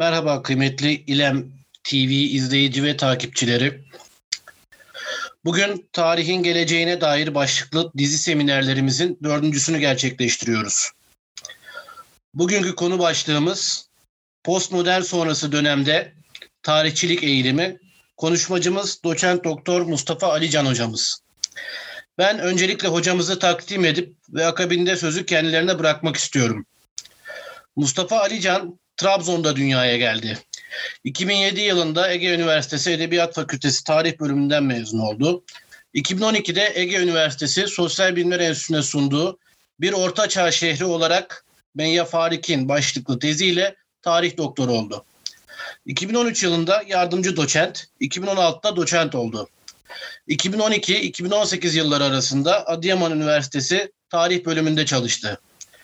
Merhaba kıymetli İLEM TV izleyici ve takipçileri. Bugün tarihin geleceğine dair başlıklı dizi seminerlerimizin 4.'sünü gerçekleştiriyoruz. Bugünkü konu başlığımız postmodern sonrası dönemde tarihçilik eğilimi. Konuşmacımız doçent doktor Mustafa Alican hocamız. Ben öncelikle hocamızı takdim edip ve akabinde sözü kendilerine bırakmak istiyorum. Mustafa Alican Trabzon'da dünyaya geldi. 2007 yılında Ege Üniversitesi Edebiyat Fakültesi Tarih Bölümünden mezun oldu. 2012'de Ege Üniversitesi Sosyal Bilimler Enstitüsü'ne sunduğu Bir Orta Çağ Şehri olarak Benya Farik'in başlıklı teziyle tarih doktoru oldu. 2013 yılında yardımcı doçent, 2016'da doçent oldu. 2012-2018 yılları arasında Adıyaman Üniversitesi Tarih Bölümünde çalıştı.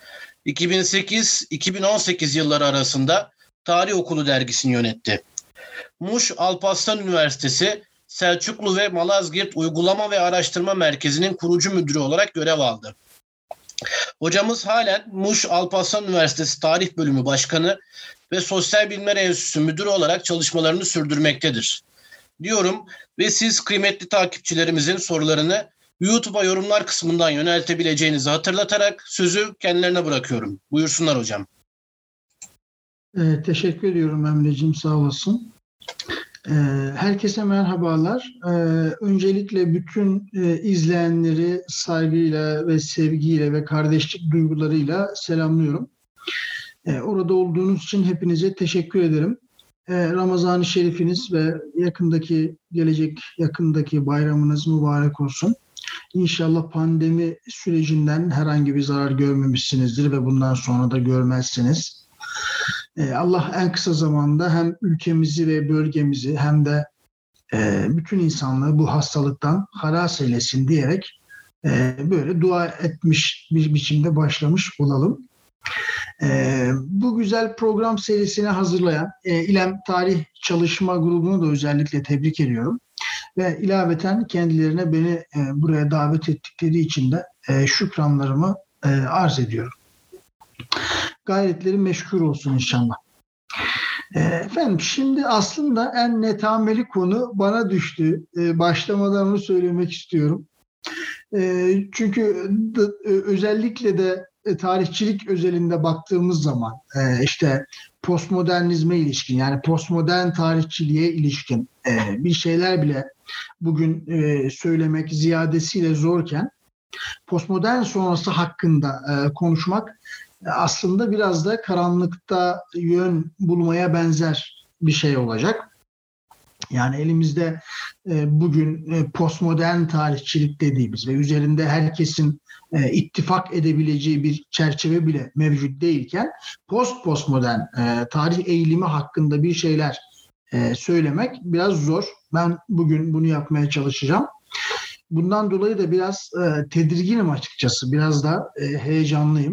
2008-2018 yılları arasında Tarih Okulu dergisini yönetti. Muş Alparslan Üniversitesi Selçuklu ve Malazgirt Uygulama ve Araştırma Merkezi'nin kurucu müdürü olarak görev aldı. Hocamız halen Muş Alparslan Üniversitesi Tarih Bölümü Başkanı ve Sosyal Bilimler Enstitüsü Müdürü olarak çalışmalarını sürdürmektedir. Diyorum ve siz kıymetli takipçilerimizin sorularını YouTube'a yorumlar kısmından yöneltebileceğinizi hatırlatarak sözü kendilerine bırakıyorum. Buyursunlar hocam. Teşekkür ediyorum Emre'ciğim, sağ olasın. Herkese merhabalar. Öncelikle bütün izleyenleri saygıyla ve sevgiyle ve kardeşlik duygularıyla selamlıyorum. Orada olduğunuz için hepinize teşekkür ederim. Ramazan-ı Şerifiniz ve gelecek yakındaki bayramınız mübarek olsun. İnşallah pandemi sürecinden herhangi bir zarar görmemişsinizdir ve bundan sonra da görmezsiniz. Allah en kısa zamanda hem ülkemizi ve bölgemizi hem de bütün insanlığı bu hastalıktan halas eylesin diyerek böyle dua etmiş bir biçimde başlamış olalım. Bu güzel program serisini hazırlayan İLEM Tarih Çalışma Grubu'nu da özellikle tebrik ediyorum. Ve ilaveten kendilerine beni buraya davet ettikleri için de şükranlarımı arz ediyorum. Gayretleri meşgul olsun inşallah. Efendim şimdi aslında en netameli konu bana düştü. Başlamadan onu söylemek istiyorum. Çünkü özellikle de tarihçilik özelinde baktığımız zaman işte postmodernizme ilişkin, yani postmodern tarihçiliğe ilişkin bir şeyler bile bugün söylemek ziyadesiyle zorken postmodern sonrası hakkında konuşmak aslında biraz da karanlıkta yön bulmaya benzer bir şey olacak. Yani elimizde bugün postmodern tarihçilik dediğimiz ve üzerinde herkesin ittifak edebileceği bir çerçeve bile mevcut değilken postmodern tarih eğilimi hakkında bir şeyler söylemek biraz zor. Ben bugün bunu yapmaya çalışacağım. Bundan dolayı da biraz tedirginim açıkçası. Biraz da heyecanlıyım.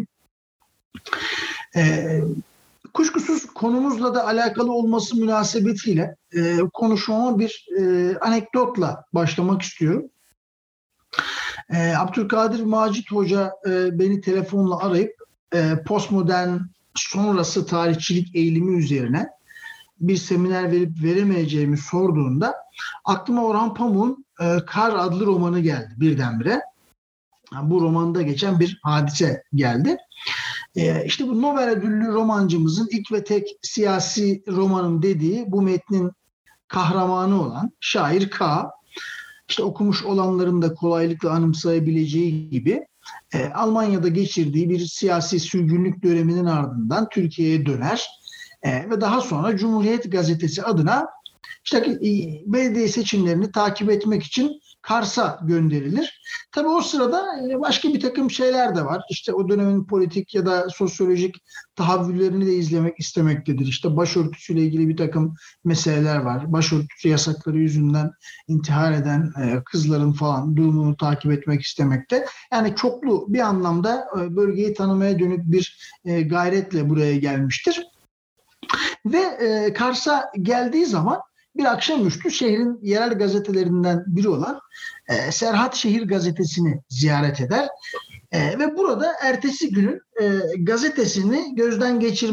Kuşkusuz konumuzla da alakalı olması münasebetiyle konuşmama bir anekdotla başlamak istiyorum. Abdülkadir Macit Hoca beni telefonla arayıp postmodern sonrası tarihçilik eğilimi üzerine bir seminer verip veremeyeceğimi sorduğunda aklıma Orhan Pamuk'un Kar adlı romanı geldi birdenbire. Bu romanda geçen bir hadise geldi. İşte bu Nobel ödüllü romancımızın ilk ve tek siyasi romanım dediği bu metnin kahramanı olan şair K. İşte okumuş olanların da kolaylıkla anımsayabileceği gibi Almanya'da geçirdiği bir siyasi sürgünlük döneminin ardından Türkiye'ye döner ve daha sonra Cumhuriyet Gazetesi adına işte belediye seçimlerini takip etmek için Kars'a gönderilir. Tabii o sırada başka bir takım şeyler de var. İşte o dönemin politik ya da sosyolojik tahavvüllerini de izlemek istemektedir. İşte başörtüsüyle ilgili bir takım meseleler var. Başörtüsü yasakları yüzünden intihar eden kızların falan durumunu takip etmek istemekte. Yani çoklu bir anlamda bölgeyi tanımaya dönük bir gayretle buraya gelmiştir. Ve Kars'a geldiği zaman bir akşamüstü şehrin yerel gazetelerinden biri olan Serhat Şehir Gazetesi'ni ziyaret eder ve burada ertesi günün gazetesini gözden geçirme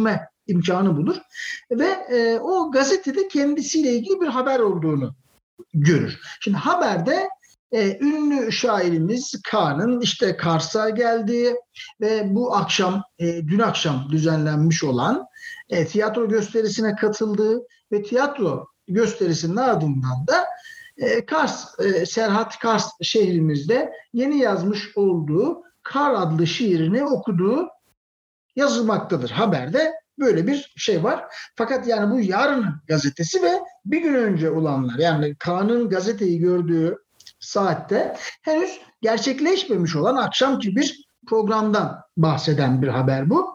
imkanı bulur ve o gazetede kendisiyle ilgili bir haber olduğunu görür. Şimdi haberde ünlü şairimiz Kaan'ın işte Kars'a geldiği ve bu akşam, dün akşam düzenlenmiş olan tiyatro gösterisine katıldığı ve tiyatro gösterisinin ardından da Kars, Serhat Kars şehrimizde yeni yazmış olduğu Kar adlı şiirini okuduğu yazılmaktadır. Haberde böyle bir şey var. Fakat yani bu Yarın gazetesi ve bir gün önce olanlar, yani Kaan'ın gazeteyi gördüğü saatte henüz gerçekleşmemiş olan akşamki bir programdan bahseden bir haber bu.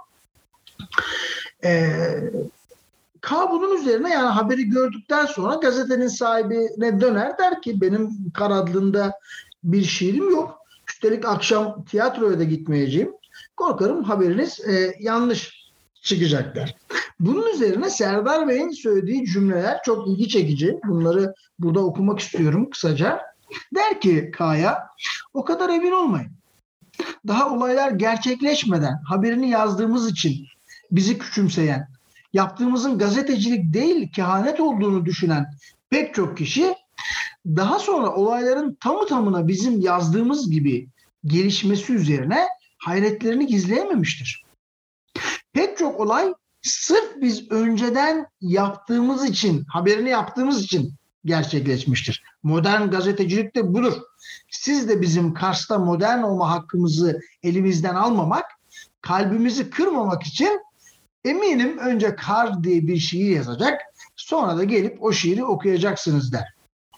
Kaan bunun üzerine, yani haberi gördükten sonra gazetenin sahibine döner, der ki benim Kar adlında bir şiirim yok. Üstelik akşam tiyatroya da gitmeyeceğim. Korkarım haberiniz yanlış çıkacak der. Bunun üzerine Serdar Bey'in söylediği cümleler çok ilgi çekici. Bunları burada okumak istiyorum kısaca. Der ki Kaya, o kadar emin olmayın. Daha olaylar gerçekleşmeden haberini yazdığımız için bizi küçümseyen, yaptığımızın gazetecilik değil kehanet olduğunu düşünen pek çok kişi daha sonra olayların tamı tamına bizim yazdığımız gibi gelişmesi üzerine hayretlerini gizleyememiştir. Pek çok olay sırf biz önceden yaptığımız için, haberini yaptığımız için gerçekleşmiştir. Modern gazetecilik de budur. Siz de bizim Kars'ta modern olma hakkımızı elimizden almamak, kalbimizi kırmamak için eminim önce Kar diye bir şiir yazacak, sonra da gelip o şiiri okuyacaksınız der.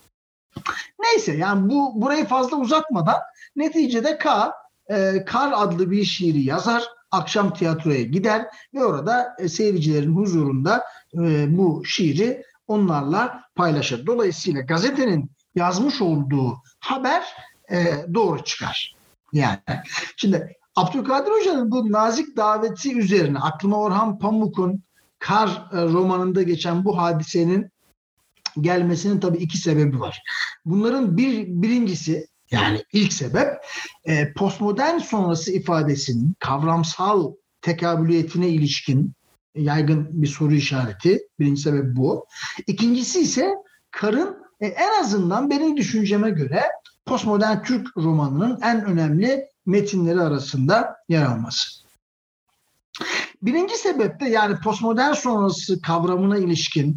Neyse, yani burayı fazla uzatmadan neticede Kar adlı bir şiiri yazar, akşam tiyatroya gider ve orada seyircilerin huzurunda bu şiiri onlarla paylaşır. Dolayısıyla gazetenin yazmış olduğu haber doğru çıkar. Yani şimdi Abdülkadir Hoca'nın bu nazik daveti üzerine aklıma Orhan Pamuk'un Kar romanında geçen bu hadisenin gelmesinin tabii iki sebebi var. Bunların birincisi, yani ilk sebep postmodern sonrası ifadesinin kavramsal tekabüliyetine ilişkin yaygın bir soru işareti. Birinci sebep bu. İkincisi ise Kar'ın en azından benim düşünceme göre postmodern Türk romanının en önemli metinleri arasında yer alması. Birinci sebep de yani postmodern sonrası kavramına ilişkin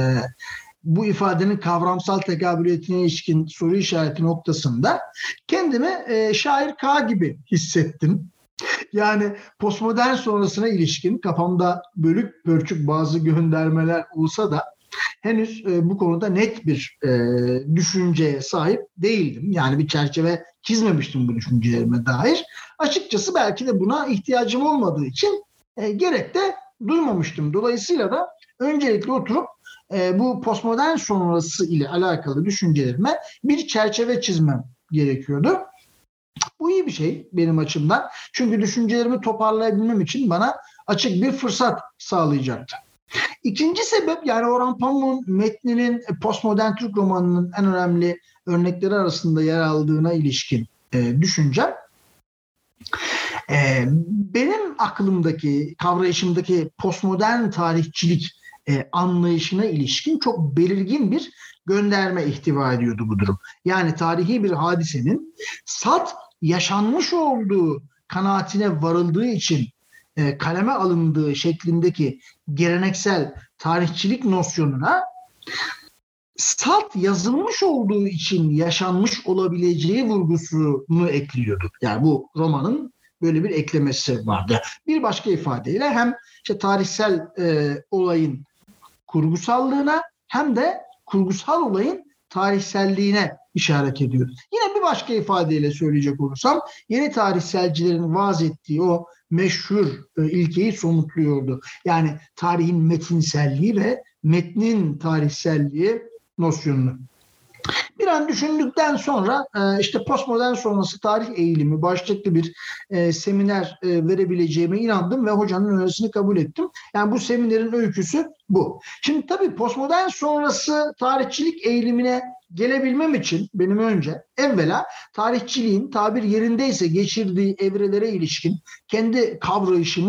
bu ifadenin kavramsal tekabüliyetine ilişkin soru işareti noktasında kendimi şair K gibi hissettim. Yani postmodern sonrasına ilişkin kafamda bölük pörçük bazı göndermeler olsa da henüz bu konuda net bir düşünceye sahip değildim. Yani bir çerçeve çizmemiştim bu düşüncelerime dair. Açıkçası belki de buna ihtiyacım olmadığı için gerek de duymamıştım. Dolayısıyla da öncelikle oturup bu postmodern sonrası ile alakalı düşüncelerime bir çerçeve çizmem gerekiyordu. Bu iyi bir şey benim açımdan. Çünkü düşüncelerimi toparlayabilmem için bana açık bir fırsat sağlayacaktı. İkinci sebep, yani Orhan Pamuk'un metninin postmodern Türk romanının en önemli örnekleri arasında yer aldığına ilişkin düşüncem. Benim aklımdaki, kavrayışımdaki postmodern tarihçilik anlayışına ilişkin çok belirgin bir gönderme ihtiva ediyordu bu durum. Yani tarihi bir hadisenin salt yaşanmış olduğu kanaatine varıldığı için kaleme alındığı şeklindeki geleneksel tarihçilik nosyonuna salt yazılmış olduğu için yaşanmış olabileceği vurgusunu ekliyordu. Yani bu romanın böyle bir eklemesi vardı. Bir başka ifadeyle hem işte tarihsel olayın kurgusallığına hem de kurgusal olayın tarihselliğine işaret ediyor. Yine bir başka ifadeyle söyleyecek olursam yeni tarihselcilerin vaaz ettiği o meşhur ilkeyi somutluyordu. Yani tarihin metinselliği ve metnin tarihselliği nosyonunu. Bir an düşündükten sonra işte postmodern sonrası tarih eğilimi başlıklı bir seminer verebileceğime inandım ve hocanın önerisini kabul ettim. Yani bu seminerin öyküsü bu. Şimdi tabii postmodern sonrası tarihçilik eğilimine gelebilmem için benim önce evvela tarihçiliğin tabir yerindeyse geçirdiği evrelere ilişkin kendi kavrayışımı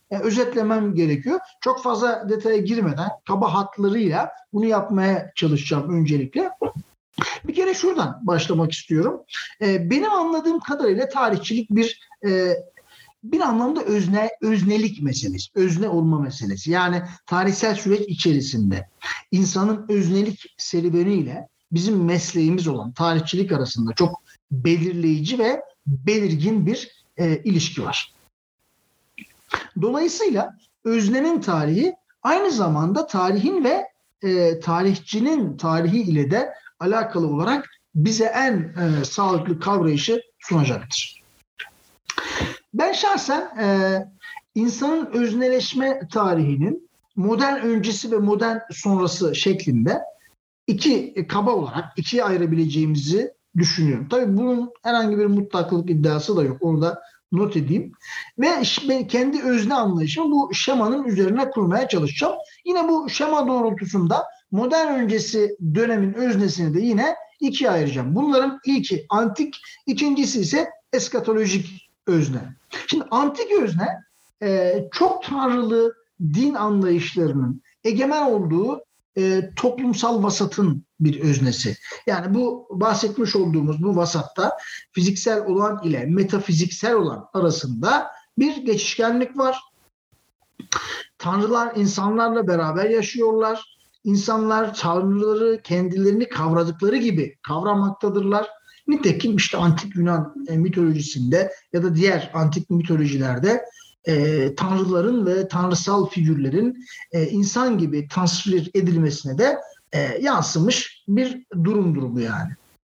özetlemem gerekiyor. Çok fazla detaya girmeden kaba hatlarıyla bunu yapmaya çalışacağım öncelikle. Bir kere şuradan başlamak istiyorum. Benim anladığım kadarıyla tarihçilik bir anlamda öznelik meselesi, özne olma meselesi. Yani tarihsel süreç içerisinde insanın öznelik serüveniyle bizim mesleğimiz olan tarihçilik arasında çok belirleyici ve belirgin bir ilişki var. Dolayısıyla öznenin tarihi aynı zamanda tarihin ve tarihçinin tarihi ile de alakalı olarak bize en sağlıklı kavrayışı sunacaktır. Ben şahsen insanın özneleşme tarihinin modern öncesi ve modern sonrası şeklinde kaba olarak ikiye ayırabileceğimizi düşünüyorum. Tabii bunun herhangi bir mutlaklık iddiası da yok. Onu da not edeyim. Ve ben kendi özne anlayışımı bu şemanın üzerine kurmaya çalışacağım. Yine bu şema doğrultusunda modern öncesi dönemin öznesini de yine ikiye ayıracağım. Bunların ilki antik, ikincisi ise eskatolojik özne. Şimdi antik özne çok tanrılı din anlayışlarının egemen olduğu toplumsal vasatın bir öznesi. Yani bu bahsetmiş olduğumuz bu vasatta fiziksel olan ile metafiziksel olan arasında bir geçişkenlik var. Tanrılar insanlarla beraber yaşıyorlar. İnsanlar tanrıları kendilerini kavradıkları gibi kavramaktadırlar. Nitekim işte antik Yunan mitolojisinde ya da diğer antik mitolojilerde tanrıların ve tanrısal figürlerin insan gibi tasvir edilmesine de yansımış bir durumdur bu yani.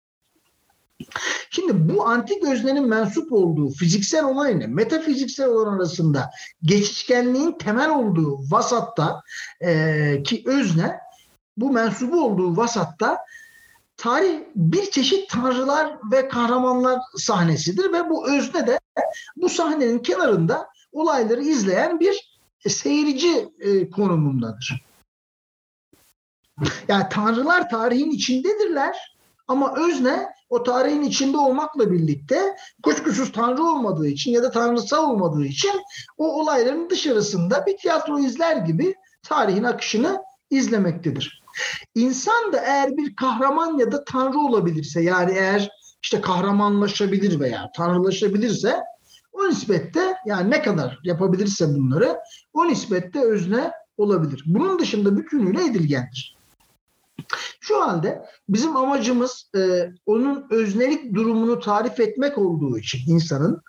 Şimdi bu antik öznenin mensup olduğu fiziksel olan ile metafiziksel olan arasında geçişkenliğin temel olduğu vasatta ki özne bu mensubu olduğu vasatta tarih bir çeşit tanrılar ve kahramanlar sahnesidir ve bu özne de bu sahnenin kenarında olayları izleyen bir seyirci konumundadır. Yani tanrılar tarihin içindedirler ama özne o tarihin içinde olmakla birlikte kuşkusuz tanrı olmadığı için ya da tanrısal olmadığı için o olayların dışarısında bir tiyatro izler gibi tarihin akışını izlemektedir. İnsan da eğer bir kahraman ya da tanrı olabilirse, yani eğer işte kahramanlaşabilir veya tanrılaşabilirse, o nispette, yani ne kadar yapabilirse bunları, o nispette özne olabilir. Bunun dışında bütünüyle edilgendir. Şu halde bizim amacımız onun öznelik durumunu tarif etmek olduğu için insanın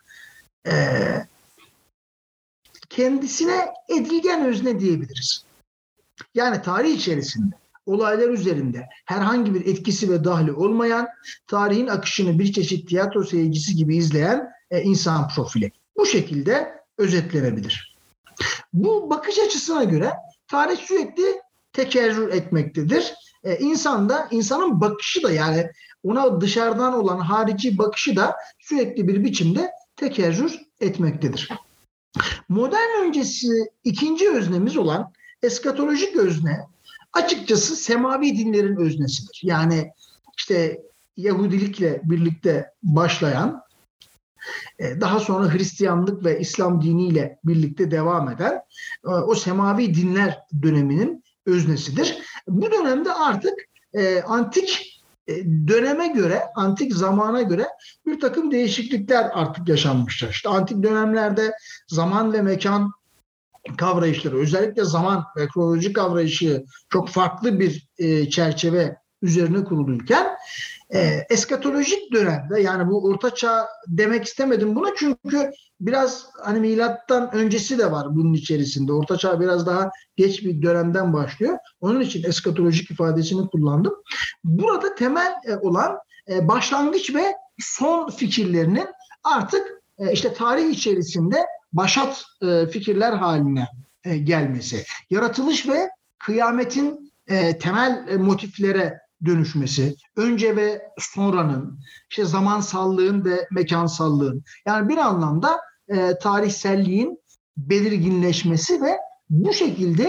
kendisine edilgen özne diyebiliriz. Yani tarih içerisinde olaylar üzerinde herhangi bir etkisi ve dahli olmayan, tarihin akışını bir çeşit tiyatro seyircisi gibi izleyen insan profili. Bu şekilde özetlenebilir. Bu bakış açısına göre tarih sürekli tekerrür etmektedir. İnsanın bakışı da, yani ona dışarıdan olan harici bakışı da sürekli bir biçimde tekerrür etmektedir. Modern öncesi ikinci öznemiz olan eskatolojik özne açıkçası semavi dinlerin öznesidir. Yani işte Yahudilikle birlikte başlayan, daha sonra Hristiyanlık ve İslam diniyle birlikte devam eden o semavi dinler döneminin öznesidir. Bu dönemde artık antik döneme göre, antik zamana göre bir takım değişiklikler artık yaşanmıştır. İşte antik dönemlerde zaman ve mekan kavrayışları, özellikle zaman ve kronoloji kavrayışı çok farklı bir çerçeve üzerine kurulurken eskatolojik dönemde, yani bu Orta Çağ demek istemedim buna çünkü biraz hani milattan öncesi de var bunun içerisinde. Orta Çağ biraz daha geç bir dönemden başlıyor. Onun için eskatolojik ifadesini kullandım. Burada temel olan başlangıç ve son fikirlerinin artık işte tarih içerisinde başat fikirler haline gelmesi, yaratılış ve kıyametin temel motiflere dönüşmesi, önce ve sonranın, işte zamansallığın ve mekansallığın, yani bir anlamda tarihselliğin belirginleşmesi ve bu şekilde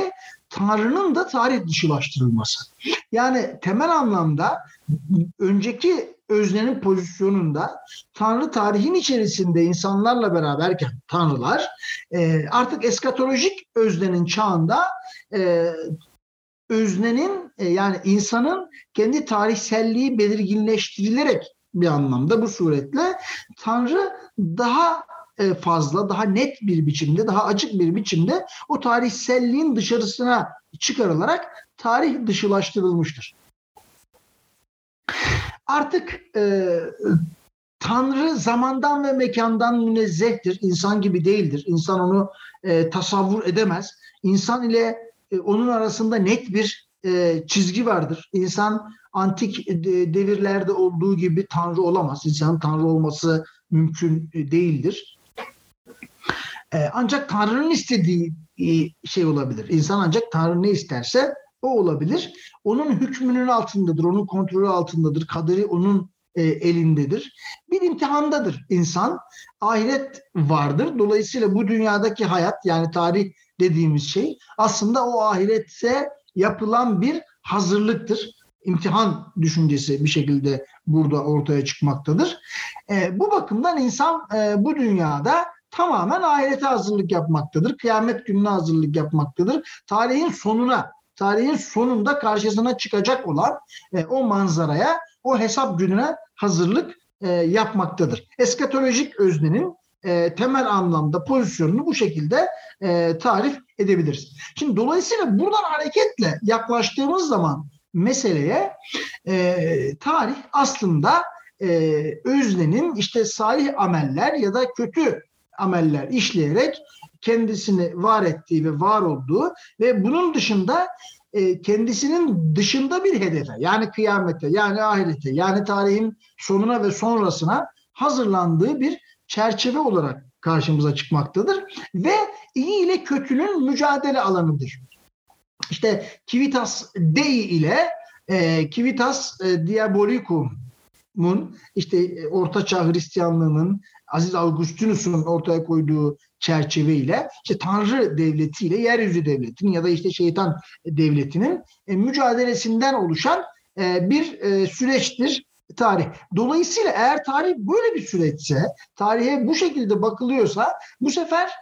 Tanrı'nın da tarih dışılaştırılması. Yani temel anlamda önceki öznenin pozisyonunda Tanrı tarihin içerisinde insanlarla beraberken tanrılar artık eskatolojik öznenin çağında öznenin yani insanın kendi tarihselliği belirginleştirilerek bir anlamda bu suretle Tanrı daha fazla, daha net bir biçimde, daha açık bir biçimde o tarihselliğin dışarısına çıkarılarak tarih dışılaştırılmıştır. Artık Tanrı zamandan ve mekandan münezzehtir. İnsan gibi değildir. İnsan onu tasavvur edemez. İnsan ile onun arasında net bir çizgi vardır. İnsan antik devirlerde olduğu gibi Tanrı olamaz. İnsanın Tanrı olması mümkün değildir. Ancak Tanrı'nın istediği şey olabilir. İnsan ancak Tanrı ne isterse o olabilir. Onun hükmünün altındadır, onun kontrolü altındadır. Kaderi onun elindedir. Bir imtihandadır insan. Ahiret vardır. Dolayısıyla bu dünyadaki hayat, yani tarih dediğimiz şey aslında o ahirette yapılan bir hazırlıktır. İmtihan düşüncesi bir şekilde burada ortaya çıkmaktadır. Bu bakımdan insan bu dünyada tamamen ahirete hazırlık yapmaktadır. Kıyamet gününe hazırlık yapmaktadır. Tarihin sonunda karşısına çıkacak olan o manzaraya, o hesap gününe hazırlık yapmaktadır. Eskatolojik öznenin temel anlamda pozisyonunu bu şekilde tarif edebiliriz. Şimdi dolayısıyla buradan hareketle yaklaştığımız zaman meseleye tarih aslında öznenin işte salih ameller ya da kötü ameller işleyerek kendisini var ettiği ve var olduğu ve bunun dışında kendisinin dışında bir hedefe, yani kıyamete, yani ahirete, yani tarihin sonuna ve sonrasına hazırlandığı bir çerçeve olarak karşımıza çıkmaktadır ve iyi ile kötünün mücadele alanıdır. İşte Civitas Dei ile Civitas Diabolicum'un, işte Ortaçağ Hristiyanlığının Aziz Augustinus'un ortaya koyduğu çerçeveyle işte Tanrı devletiyle yeryüzü devletinin ya da işte şeytan devletinin mücadelesinden oluşan bir süreçtir tarih. Dolayısıyla eğer tarih böyle bir süreçse, tarihe bu şekilde bakılıyorsa bu sefer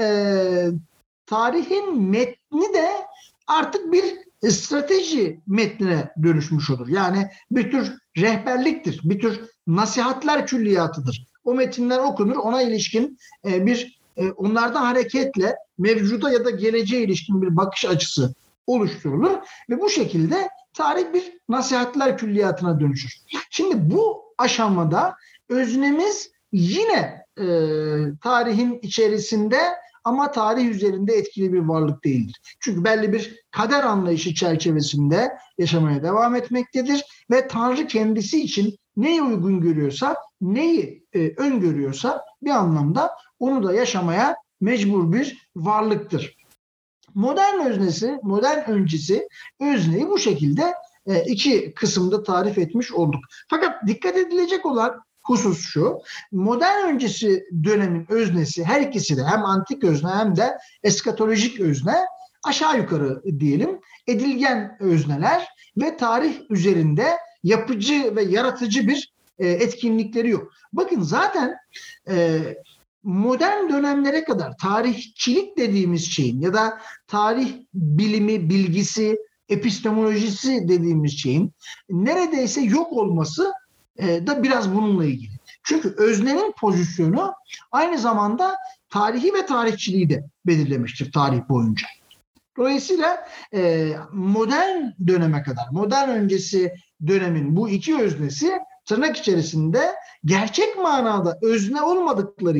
tarihin metni de artık bir strateji metnine dönüşmüş olur. Yani bir tür rehberliktir, bir tür nasihatler külliyatıdır. O metinler okunur, ona ilişkin onlardan hareketle mevcuda ya da geleceğe ilişkin bir bakış açısı oluşturulur ve bu şekilde tarih bir nasihatler külliyatına dönüşür. Şimdi bu aşamada öznemiz yine tarihin içerisinde ama tarih üzerinde etkili bir varlık değildir. Çünkü belli bir kader anlayışı çerçevesinde yaşamaya devam etmektedir ve Tanrı kendisi için neyi uygun görüyorsa, neyi öngörüyorsa bir anlamda onu da yaşamaya mecbur bir varlıktır. Modern öznesi, modern öncesi özneyi bu şekilde iki kısımda tarif etmiş olduk. Fakat dikkat edilecek olan husus şu: modern öncesi dönemin öznesi, her ikisi de hem antik özne hem de eskatolojik özne aşağı yukarı diyelim edilgen özneler ve tarih üzerinde yapıcı ve yaratıcı bir etkinlikleri yok. Bakın zaten modern dönemlere kadar tarihçilik dediğimiz şeyin ya da tarih bilimi, bilgisi, epistemolojisi dediğimiz şeyin neredeyse yok olması da biraz bununla ilgili. Çünkü öznenin pozisyonu aynı zamanda tarihi ve tarihçiliği de belirlemiştir tarih boyunca. Dolayısıyla modern döneme kadar, modern öncesi dönemin bu iki öznesi tırnak içerisinde gerçek manada özne olmadıkları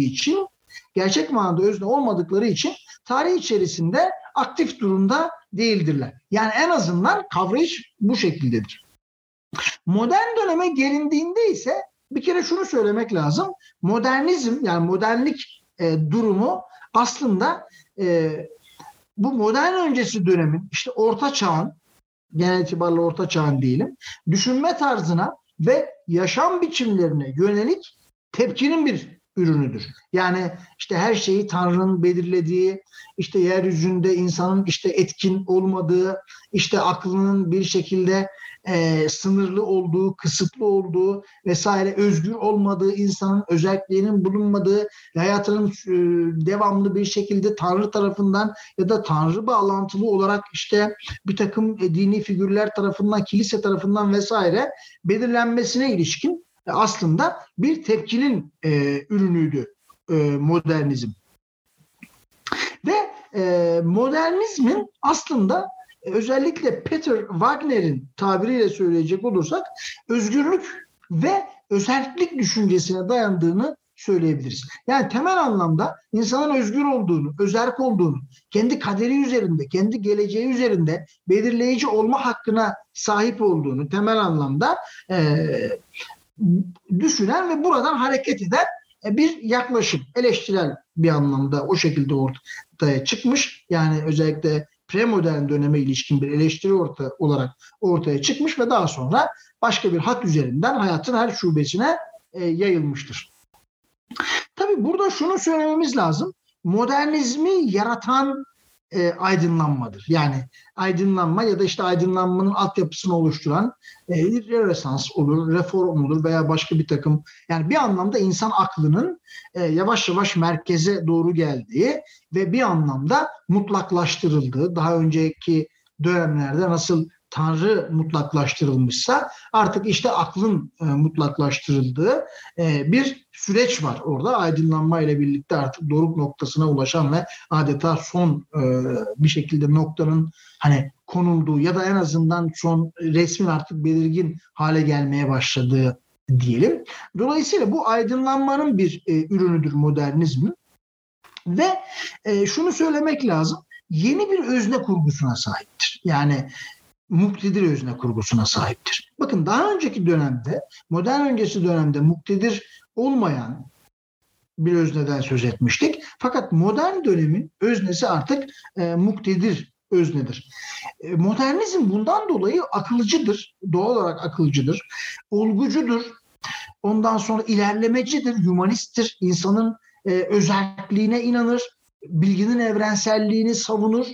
için tarih içerisinde aktif durumda değildirler. Yani en azından kavrayış bu şekildedir. Modern döneme gelindiğinde ise bir kere şunu söylemek lazım. Modernizm, yani modernlik durumu aslında bu modern öncesi dönemin, işte Orta Çağ'ın, genel itibariyle Orta Çağ'ın diyelim, düşünme tarzına ve yaşam biçimlerine yönelik tepkinin bir ürünüdür. Yani işte her şeyi Tanrı'nın belirlediği, işte yeryüzünde insanın işte etkin olmadığı, işte aklının bir şekilde sınırlı olduğu, kısıtlı olduğu vesaire, özgür olmadığı, insanın özelliklerinin bulunmadığı, hayatının devamlı bir şekilde Tanrı tarafından ya da Tanrı bağlantılı olarak işte bir takım dini figürler tarafından, kilise tarafından vesaire belirlenmesine ilişkin aslında bir tepkinin ürünüydü modernizm. Ve modernizmin aslında özellikle Peter Wagner'in tabiriyle söyleyecek olursak özgürlük ve özellik düşüncesine dayandığını söyleyebiliriz. Yani temel anlamda insanın özgür olduğunu, özerk olduğunu, kendi kaderi üzerinde, kendi geleceği üzerinde belirleyici olma hakkına sahip olduğunu temel anlamda düşünen ve buradan hareket eden bir yaklaşım, eleştirel bir anlamda o şekilde ortaya çıkmış. Yani özellikle premodern döneme ilişkin bir eleştiri olarak ortaya çıkmış ve daha sonra başka bir hat üzerinden hayatın her şubesine yayılmıştır. Tabii burada şunu söylememiz lazım. Modernizmi yaratan aydınlanmadır. Yani aydınlanma ya da işte aydınlanmanın altyapısını oluşturan Rönesans olur, reform olur veya başka bir takım, yani bir anlamda insan aklının yavaş yavaş merkeze doğru geldiği ve bir anlamda mutlaklaştırıldığı, daha önceki dönemlerde nasıl Tanrı mutlaklaştırılmışsa artık işte aklın mutlaklaştırıldığı bir süreç var orada. Aydınlanma ile birlikte artık doruk noktasına ulaşan ve adeta son bir şekilde noktanın hani konulduğu ya da en azından son resmin artık belirgin hale gelmeye başladığı diyelim. Dolayısıyla bu aydınlanmanın bir ürünüdür modernizmin ve şunu söylemek lazım, yeni bir özne kurgusuna sahiptir. Yani muktedir özne kurgusuna sahiptir. Bakın daha önceki dönemde, modern öncesi dönemde muktedir olmayan bir özneden söz etmiştik. Fakat modern dönemin öznesi artık muktedir öznedir. Modernizm bundan dolayı akılcıdır, doğal olarak akılcıdır, olgucudur, ondan sonra ilerlemecidir, humanisttir, insanın özelliğine inanır, bilginin evrenselliğini savunur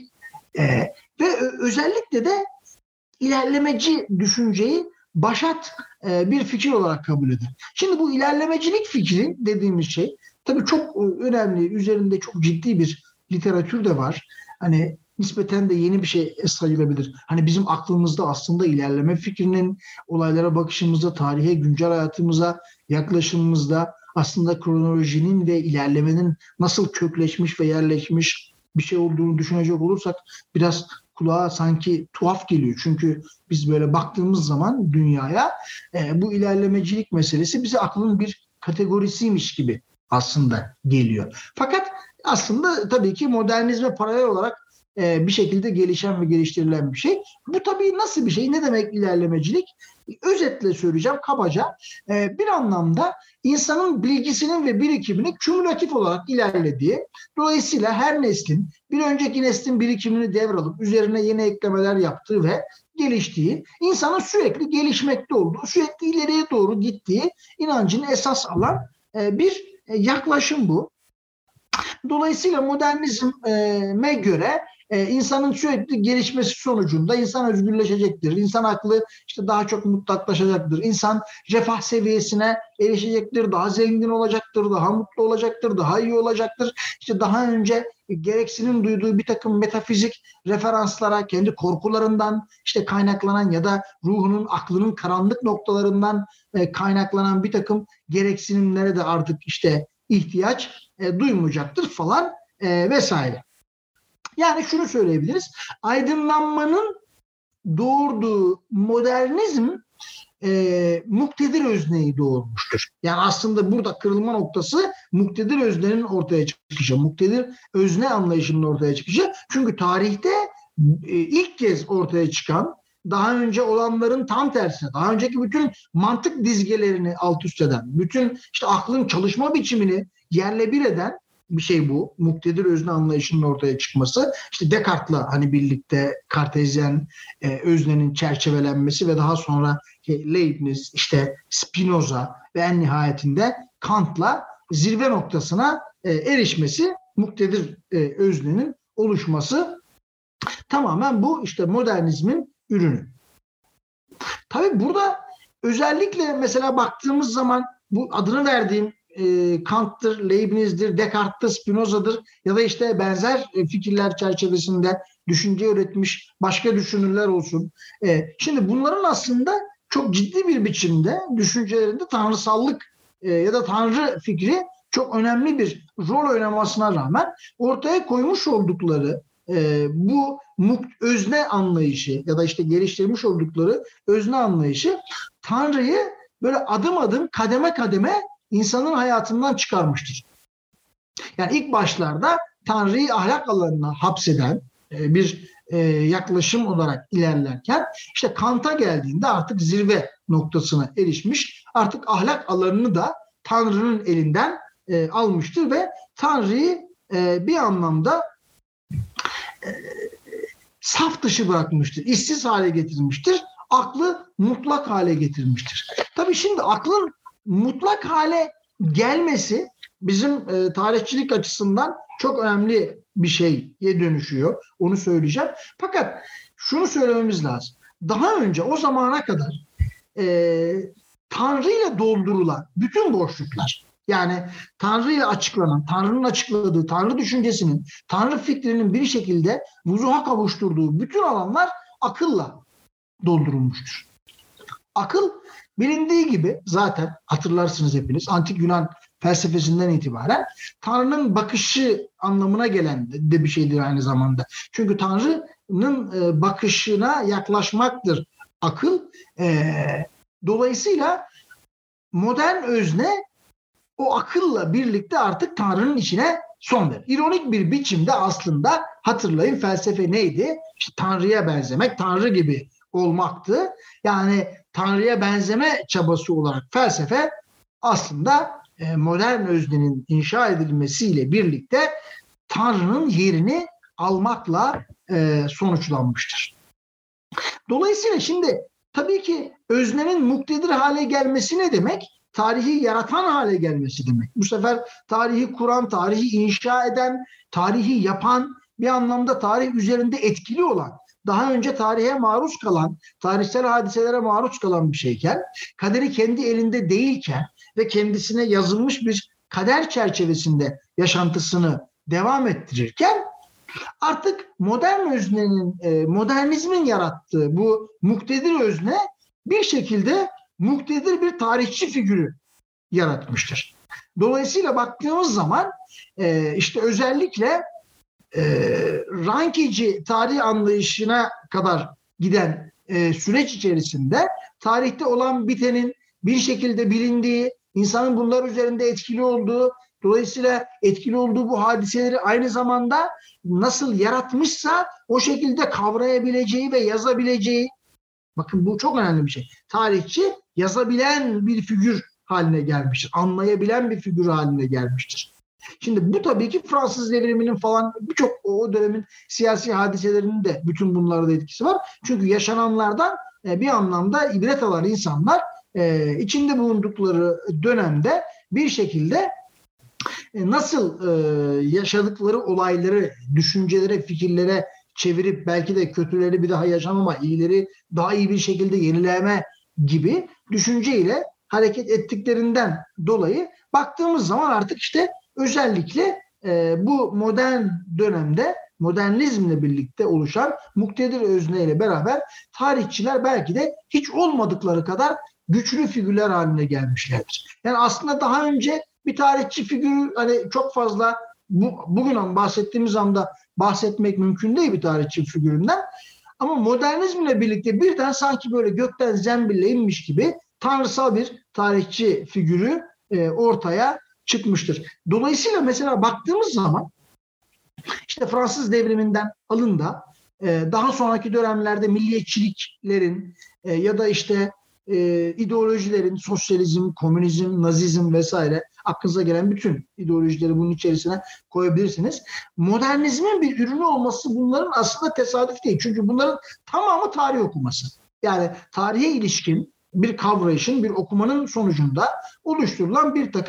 ve özellikle de ilerlemeci düşünceyi başat bir fikir olarak kabul eder. Şimdi bu ilerlemecilik fikri dediğimiz şey tabii çok önemli, üzerinde çok ciddi bir literatür de var. Hani nispeten de yeni bir şey sayılabilir. Hani bizim aklımızda aslında ilerleme fikrinin, olaylara bakışımızda, tarihe, güncel hayatımıza yaklaşımımızda aslında kronolojinin ve ilerlemenin nasıl kökleşmiş ve yerleşmiş bir şey olduğunu düşünecek olursak biraz kulağa sanki tuhaf geliyor. Çünkü biz böyle baktığımız zaman dünyaya bu ilerlemecilik meselesi bize aklın bir kategorisiymiş gibi aslında geliyor. Fakat aslında tabii ki modernizme paralel olarak bir şekilde gelişen ve geliştirilen bir şey. Bu tabii nasıl bir şey? Ne demek ilerlemecilik? Özetle söyleyeceğim kabaca. Bir anlamda insanın bilgisinin ve birikiminin kümülatif olarak ilerlediği, dolayısıyla her neslin bir önceki neslin birikimini devralıp üzerine yeni eklemeler yaptığı ve geliştiği, insanın sürekli gelişmekte olduğu, sürekli ileriye doğru gittiği inancını esas alan bir yaklaşım bu. Dolayısıyla modernizme göre insanın sürekli gelişmesi sonucunda insan özgürleşecektir. İnsan aklı işte daha çok mutlaklaşacaktır. İnsan refah seviyesine erişecektir, daha zengin olacaktır, daha mutlu olacaktır, daha iyi olacaktır. İşte daha önce gereksinim duyduğu bir takım metafizik referanslara, kendi korkularından işte kaynaklanan ya da ruhunun, aklının karanlık noktalarından kaynaklanan bir takım gereksinimlere de artık işte ihtiyaç duymayacaktır falan vesaire. Yani şunu söyleyebiliriz. Aydınlanmanın doğurduğu modernizm muktedir özneyi doğurmuştur. Yani aslında burada kırılma noktası muktedir öznenin ortaya çıkışı, muktedir özne anlayışının ortaya çıkışı. Çünkü tarihte ilk kez ortaya çıkan, daha önce olanların tam tersine, daha önceki bütün mantık dizgelerini alt üst eden, bütün işte aklın çalışma biçimini yerle bir eden bir şey bu. Muktedir özne anlayışının ortaya çıkması. İşte Descartes'la hani birlikte Kartezyen öznenin çerçevelenmesi ve daha sonra Leibniz, işte Spinoza ve en nihayetinde Kant'la zirve noktasına erişmesi, muktedir öznenin oluşması tamamen bu işte modernizmin ürünü. Tabii burada özellikle mesela baktığımız zaman bu adını verdiğim Kant'tır, Leibniz'dir, Descartes'tir, Spinoza'dır ya da işte benzer fikirler çerçevesinde düşünce üretmiş başka düşünürler olsun. Şimdi bunların aslında çok ciddi bir biçimde düşüncelerinde tanrısallık ya da tanrı fikri çok önemli bir rol oynamasına rağmen ortaya koymuş oldukları bu özne anlayışı ya da işte geliştirmiş oldukları özne anlayışı Tanrı'yı böyle adım adım, kademe kademe insanın hayatından çıkarmıştır. Yani ilk başlarda Tanrı'yı ahlak alanına hapseden bir yaklaşım olarak ilerlerken işte Kant'a geldiğinde artık zirve noktasına erişmiş. Artık ahlak alanını da Tanrı'nın elinden almıştır ve Tanrı'yı bir anlamda saf dışı bırakmıştır. İşsiz hale getirmiştir. Aklı mutlak hale getirmiştir. Tabii şimdi aklın mutlak hale gelmesi bizim tarihçilik açısından çok önemli bir şeye dönüşüyor. Onu söyleyeceğim. Fakat şunu söylememiz lazım. Daha önce o zamana kadar Tanrı ile doldurulan bütün boşluklar, yani Tanrı ile açıklanan, Tanrı'nın açıkladığı, Tanrı düşüncesinin, Tanrı fikrinin bir şekilde vuzuha kavuşturduğu bütün alanlar akılla doldurulmuştur. Akıl bilindiği gibi zaten hatırlarsınız hepiniz antik Yunan felsefesinden itibaren Tanrı'nın bakışı anlamına gelen de bir şeydir aynı zamanda. Çünkü Tanrı'nın bakışına yaklaşmaktır akıl. Dolayısıyla modern özne o akılla birlikte artık Tanrı'nın içine son verir. İronik bir biçimde aslında hatırlayın felsefe neydi? İşte Tanrı'ya benzemek, Tanrı gibi olmaktı. Yani Tanrı'ya benzeme çabası olarak felsefe aslında modern öznenin inşa edilmesiyle birlikte Tanrı'nın yerini almakla sonuçlanmıştır. Dolayısıyla şimdi tabii ki öznenin muktedir hale gelmesi ne demek? Tarihi yaratan hale gelmesi demek. Bu sefer tarihi kuran, tarihi inşa eden, tarihi yapan, bir anlamda tarih üzerinde etkili olan, daha önce tarihe maruz kalan, tarihsel hadiselere maruz kalan bir şeyken, kaderi kendi elinde değilken ve kendisine yazılmış bir kader çerçevesinde yaşantısını devam ettirirken artık modern öznenin, modernizmin yarattığı bu muktedir özne bir şekilde muktedir bir tarihçi figürü yaratmıştır. Dolayısıyla baktığımız zaman işte özellikle Rankici tarih anlayışına kadar giden süreç içerisinde tarihte olan bitenin bir şekilde bilindiği, insanın bunlar üzerinde etkili olduğu, dolayısıyla etkili olduğu bu hadiseleri aynı zamanda nasıl yaratmışsa o şekilde kavrayabileceği ve yazabileceği, bakın bu çok önemli bir şey. Tarihçi yazabilen bir figür haline gelmiştir. Anlayabilen bir figür haline gelmiştir. Şimdi bu tabii ki Fransız devriminin falan birçok o dönemin siyasi hadiselerinin de bütün bunlarda etkisi var. Çünkü yaşananlardan bir anlamda ibret alan insanlar içinde bulundukları dönemde bir şekilde nasıl yaşadıkları olayları, düşüncelere, fikirlere çevirip belki de kötüleri bir daha yaşamama, iyileri daha iyi bir şekilde yenileme gibi düşünceyle hareket ettiklerinden dolayı baktığımız zaman artık işte özellikle bu modern dönemde modernizmle birlikte oluşan muktedir özneyle beraber tarihçiler belki de hiç olmadıkları kadar güçlü figürler haline gelmişlerdir. Yani aslında daha önce bir tarihçi figürü hani çok fazla bugün bahsettiğimiz anda bahsetmek mümkün değil bir tarihçi figüründen. Ama modernizmle birlikte birden sanki böyle gökten zembille inmiş gibi tanrısal bir tarihçi figürü ortaya çıkmıştır. Dolayısıyla mesela baktığımız zaman işte Fransız devriminden alın da daha sonraki dönemlerde milliyetçiliklerin ya da işte ideolojilerin, sosyalizm, komünizm, nazizm vesaire aklınıza gelen bütün ideolojileri bunun içerisine koyabilirsiniz. Modernizmin bir ürünü olması bunların aslında tesadüf değil. Çünkü bunların tamamı tarih okuması. Yani tarihe ilişkin bir kavrayışın, bir okumanın sonucunda oluşturulan bir takım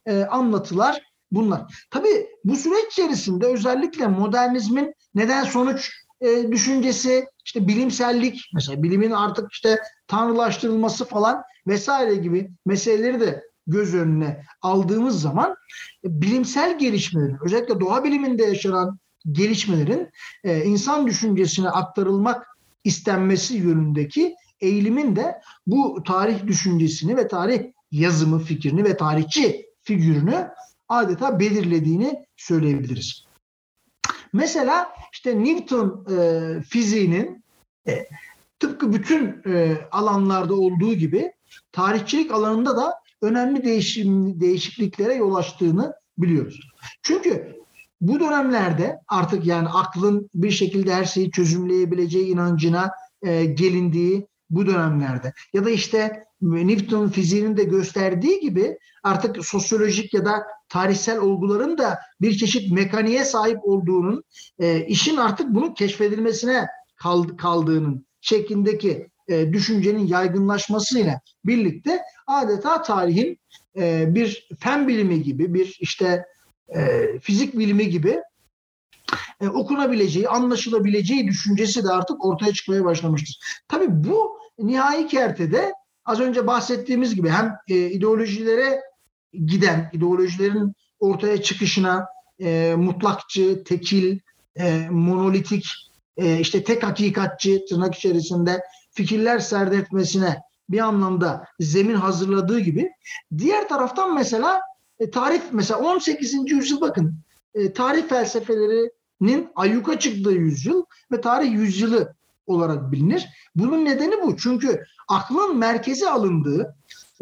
anlatılar bunlar. Tabii bu süreç içerisinde özellikle modernizmin neden sonuç düşüncesi, işte bilimsellik, mesela bilimin artık işte tanrılaştırılması falan vesaire gibi meseleleri de göz önüne aldığımız zaman bilimsel gelişmelerin, özellikle doğa biliminde yaşanan gelişmelerin insan düşüncesine aktarılmak istenmesi yönündeki eğilimin de bu tarih düşüncesini ve tarih yazımı fikrini ve tarihçi figürünü adeta belirlediğini söyleyebiliriz. Mesela işte Newton fiziğinin tıpkı bütün alanlarda olduğu gibi tarihçilik alanında da önemli değişikliklere yol açtığını biliyoruz. Çünkü bu dönemlerde artık yani aklın bir şekilde her şeyi çözümleyebileceği inancına gelindiği bu dönemlerde ya da işte Newton fiziğinin de gösterdiği gibi artık sosyolojik ya da tarihsel olguların da bir çeşit mekaniğe sahip olduğunun, işin artık bunun keşfedilmesine kaldığının şeklindeki düşüncenin yaygınlaşmasıyla birlikte adeta tarihin bir fen bilimi gibi, bir işte fizik bilimi gibi okunabileceği, anlaşılabileceği düşüncesi de artık ortaya çıkmaya başlamıştır. Tabii bu nihai kertede az önce bahsettiğimiz gibi hem ideolojilere giden, ideolojilerin ortaya çıkışına mutlakçı, tekil, monolitik, işte tek hakikatçi tırnak içerisinde fikirler serdetmesine bir anlamda zemin hazırladığı gibi diğer taraftan mesela tarih, mesela 18. yüzyıl bakın tarih felsefelerinin ayyuka çıktığı yüzyıl ve tarih yüzyılı olarak bilinir. Bunun nedeni bu. Çünkü aklın merkeze alındığı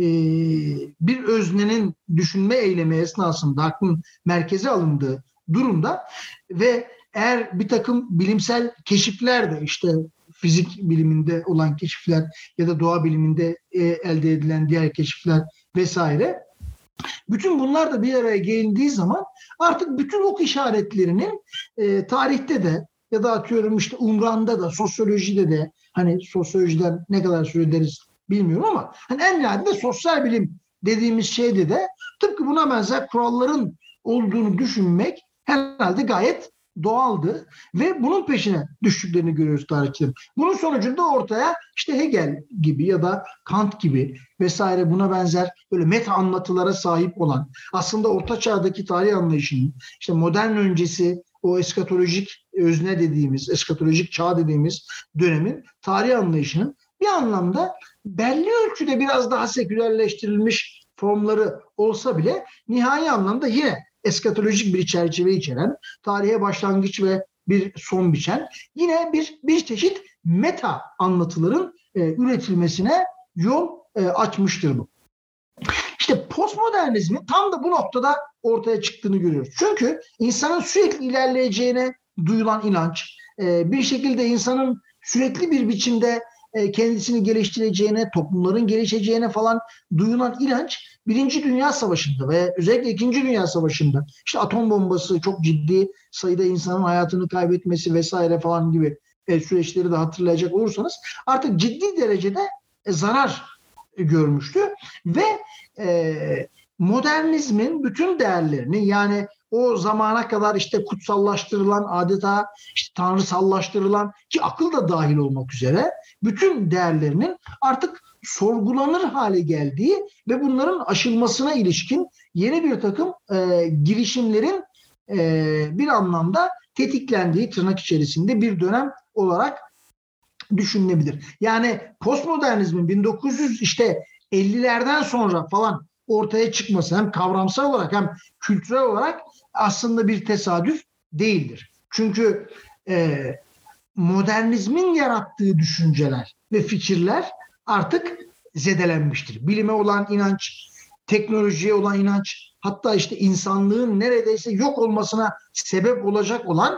bir öznenin düşünme eylemi esnasında aklın merkeze alındığı durumda ve eğer bir takım bilimsel keşifler de işte fizik biliminde olan keşifler ya da doğa biliminde elde edilen diğer keşifler vesaire, bütün bunlar da bir araya gelindiği zaman artık bütün ok işaretlerinin tarihte de ya da atıyorum işte umranda da, sosyolojide de, hani sosyolojiden ne kadar söz ederiz bilmiyorum ama hani en nihayetinde sosyal bilim dediğimiz şeyde de tıpkı buna benzer kuralların olduğunu düşünmek herhalde gayet doğaldı ve bunun peşine düştüklerini görüyoruz tarihçilerin. Bunun sonucunda ortaya işte Hegel gibi ya da Kant gibi vesaire buna benzer böyle meta anlatılara sahip olan, aslında Orta Çağ'daki tarih anlayışının, işte modern öncesi o eskatolojik özne dediğimiz, eskatolojik çağ dediğimiz dönemin tarih anlayışının bir anlamda belli ölçüde biraz daha sekülerleştirilmiş formları olsa bile nihai anlamda yine eskatolojik bir çerçeve içeren, tarihe başlangıç ve bir son biçen, yine bir çeşit meta anlatıların üretilmesine yol açmıştır bu. İşte postmodernizmin tam da bu noktada ortaya çıktığını görüyoruz. Çünkü insanın sürekli ilerleyeceğine duyulan inanç, bir şekilde insanın sürekli bir biçimde kendisini geliştireceğine, toplumların gelişeceğine falan duyulan inanç Birinci Dünya Savaşı'nda ve özellikle İkinci Dünya Savaşı'nda işte atom bombası, çok ciddi sayıda insanın hayatını kaybetmesi vesaire falan gibi süreçleri de hatırlayacak olursanız artık ciddi derecede zarar görmüştü ve modernizmin bütün değerlerini, yani o zamana kadar işte kutsallaştırılan, adeta işte tanrısallaştırılan, ki akıl da dahil olmak üzere bütün değerlerinin artık sorgulanır hale geldiği ve bunların aşılmasına ilişkin yeni bir takım girişimlerin bir anlamda tetiklendiği tırnak içerisinde bir dönem olarak düşünülebilir. Yani postmodernizmin 1950'lerden sonra falan ortaya çıkması hem kavramsal olarak hem kültürel olarak aslında bir tesadüf değildir. Çünkü modernizmin yarattığı düşünceler ve fikirler artık zedelenmiştir. Bilime olan inanç, teknolojiye olan inanç, hatta işte insanlığın neredeyse yok olmasına sebep olacak olan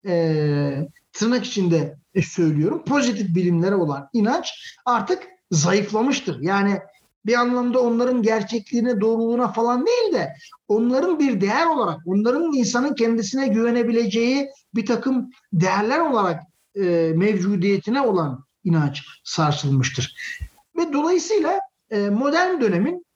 tırnak içinde söylüyorum, pozitif bilimlere olan inanç artık zayıflamıştır. Yani bir anlamda onların gerçekliğine, doğruluğuna falan değil de onların bir değer olarak, onların insanın kendisine güvenebileceği bir takım değerler olarak mevcudiyetine olan inanç sarsılmıştır. Ve dolayısıyla modern dönemin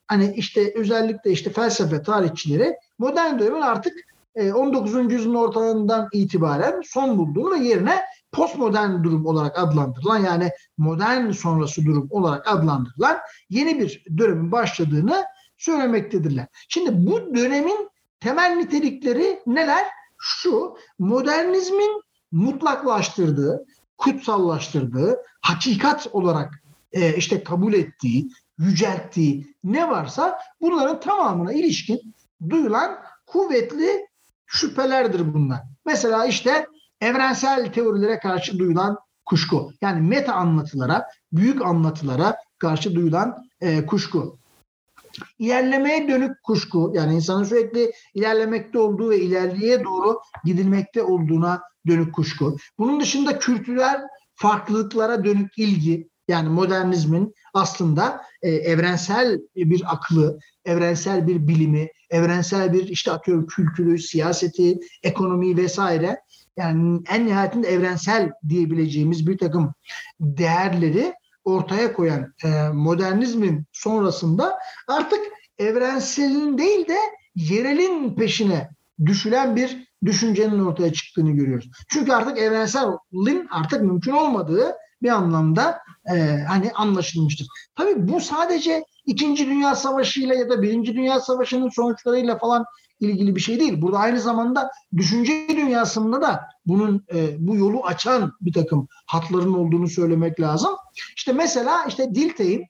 hani işte özellikle işte felsefe tarihçileri modern dönemin artık 19. yüzyılın ortalarından itibaren son bulduğunu ve yerine postmodern durum olarak adlandırılan, yani modern sonrası durum olarak adlandırılan yeni bir dönemin başladığını söylemektedirler. Şimdi bu dönemin temel nitelikleri neler? Şu: modernizmin mutlaklaştırdığı, kutsallaştırdığı, hakikat olarak işte kabul ettiği, yücelttiği ne varsa bunların tamamına ilişkin duyulan kuvvetli şüphelerdir bunlar. Mesela işte evrensel teorilere karşı duyulan kuşku. Yani meta anlatılara, büyük anlatılara karşı duyulan kuşku. İlerlemeye dönük kuşku, yani insanın sürekli ilerlemekte olduğu ve ilerliğe doğru gidilmekte olduğuna dönük kuşku. Bunun dışında kültürel farklılıklara dönük ilgi, yani modernizmin aslında evrensel bir aklı, evrensel bir bilimi, evrensel bir işte atıyorum kültürü, siyaseti, ekonomiyi vesaire, yani en nihayetinde evrensel diyebileceğimiz bir takım değerleri ortaya koyan modernizmin sonrasında artık evrenselin değil de yerelin peşine düşülen bir düşüncenin ortaya çıktığını görüyoruz. Çünkü artık evrenselin artık mümkün olmadığı bir anlamda hani anlaşılmıştır. Tabii bu sadece İkinci Dünya Savaşı ile ya da Birinci Dünya Savaşı'nın sonuçlarıyla falan ilgili bir şey değil. Burada aynı zamanda düşünce dünyasında da bunun bu yolu açan bir takım hatların olduğunu söylemek lazım. İşte mesela işte Dilthey'in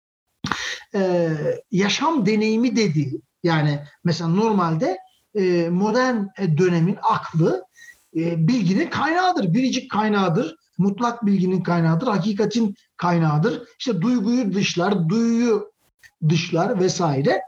yaşam deneyimi dediği, yani mesela normalde modern dönemin aklı bilginin kaynağıdır, biricik kaynağıdır, mutlak bilginin kaynağıdır, hakikatin kaynağıdır. İşte duyguyu dışlar, duyuyu dışlar vesaire.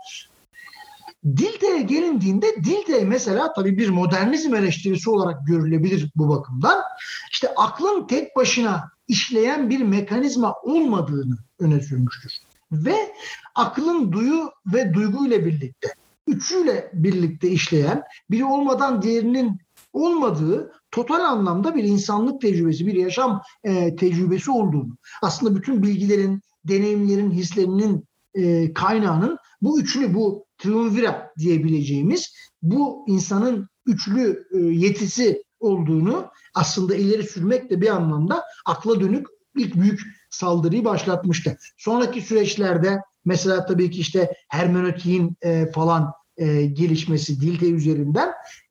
Dilthey'e gelindiğinde Dilthey mesela tabii bir modernizm eleştirisi olarak görülebilir bu bakımdan. İşte aklın tek başına işleyen bir mekanizma olmadığını öne sürmüştür. Ve aklın duyu ve duygu ile birlikte, üçüyle birlikte işleyen, biri olmadan diğerinin olmadığı total anlamda bir insanlık tecrübesi, bir yaşam tecrübesi olduğunu, aslında bütün bilgilerin, deneyimlerin, hislerinin kaynağının bu üçlü, bu triumvira diyebileceğimiz bu insanın üçlü yetisi olduğunu aslında ileri sürmek de bir anlamda akla dönük ilk büyük saldırıyı başlatmıştı. Sonraki süreçlerde mesela tabii ki işte hermeneutiğin falan gelişmesi Dilthey üzerinden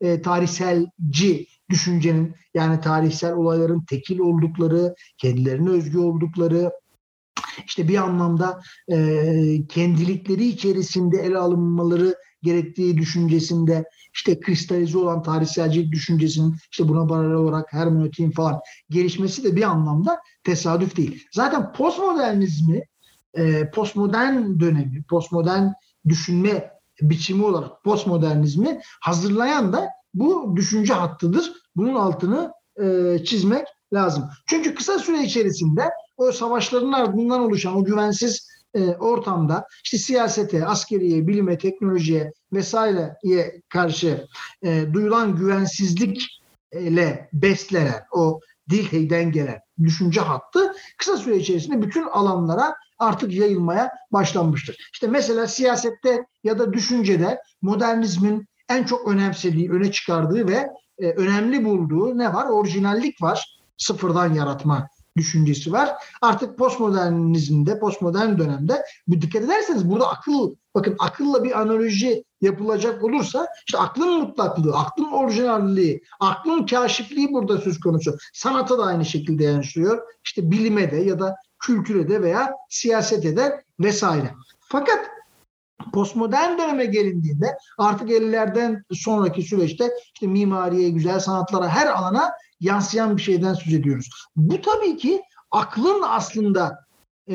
tarihselci düşüncenin, yani tarihsel olayların tekil oldukları, kendilerine özgü oldukları, işte bir anlamda kendilikleri içerisinde ele alınmaları gerektiği düşüncesinde işte kristalize olan tarihselcilik düşüncesinin işte buna paralel olarak hermeneutiğin falan gelişmesi de bir anlamda tesadüf değil. Zaten postmodernizmi, postmodern dönemi, postmodern düşünme biçimi olarak postmodernizmi hazırlayan da bu düşünce hattıdır. Bunun altını çizmek lazım. Çünkü kısa süre içerisinde o savaşların ardından oluşan o güvensiz ortamda işte siyasete, askeriye, bilime, teknolojiye vesaireye karşı duyulan güvensizlikle beslenen o Dilthey'den gelen düşünce hattı kısa süre içerisinde bütün alanlara artık yayılmaya başlanmıştır. İşte mesela siyasette ya da düşüncede modernizmin en çok önemsediği, öne çıkardığı ve önemli bulduğu ne var? Orijinallik var. Sıfırdan yaratma düşüncesi var. Artık postmodernizmde, postmodern dönemde bu dikkat ederseniz burada akıl, bakın akılla bir analoji yapılacak olursa işte aklın mutlaklığı, aklın orijinalliği, aklın kaşifliği burada söz konusu. Sanata da aynı şekilde yansıyor. İşte bilime de ya da kültüre de veya siyasete de vesaire. Fakat postmodern döneme gelindiğinde artık 50'lerden sonraki süreçte işte mimariye, güzel sanatlara, her alana yansıyan bir şeyden söz ediyoruz. Bu tabii ki aklın aslında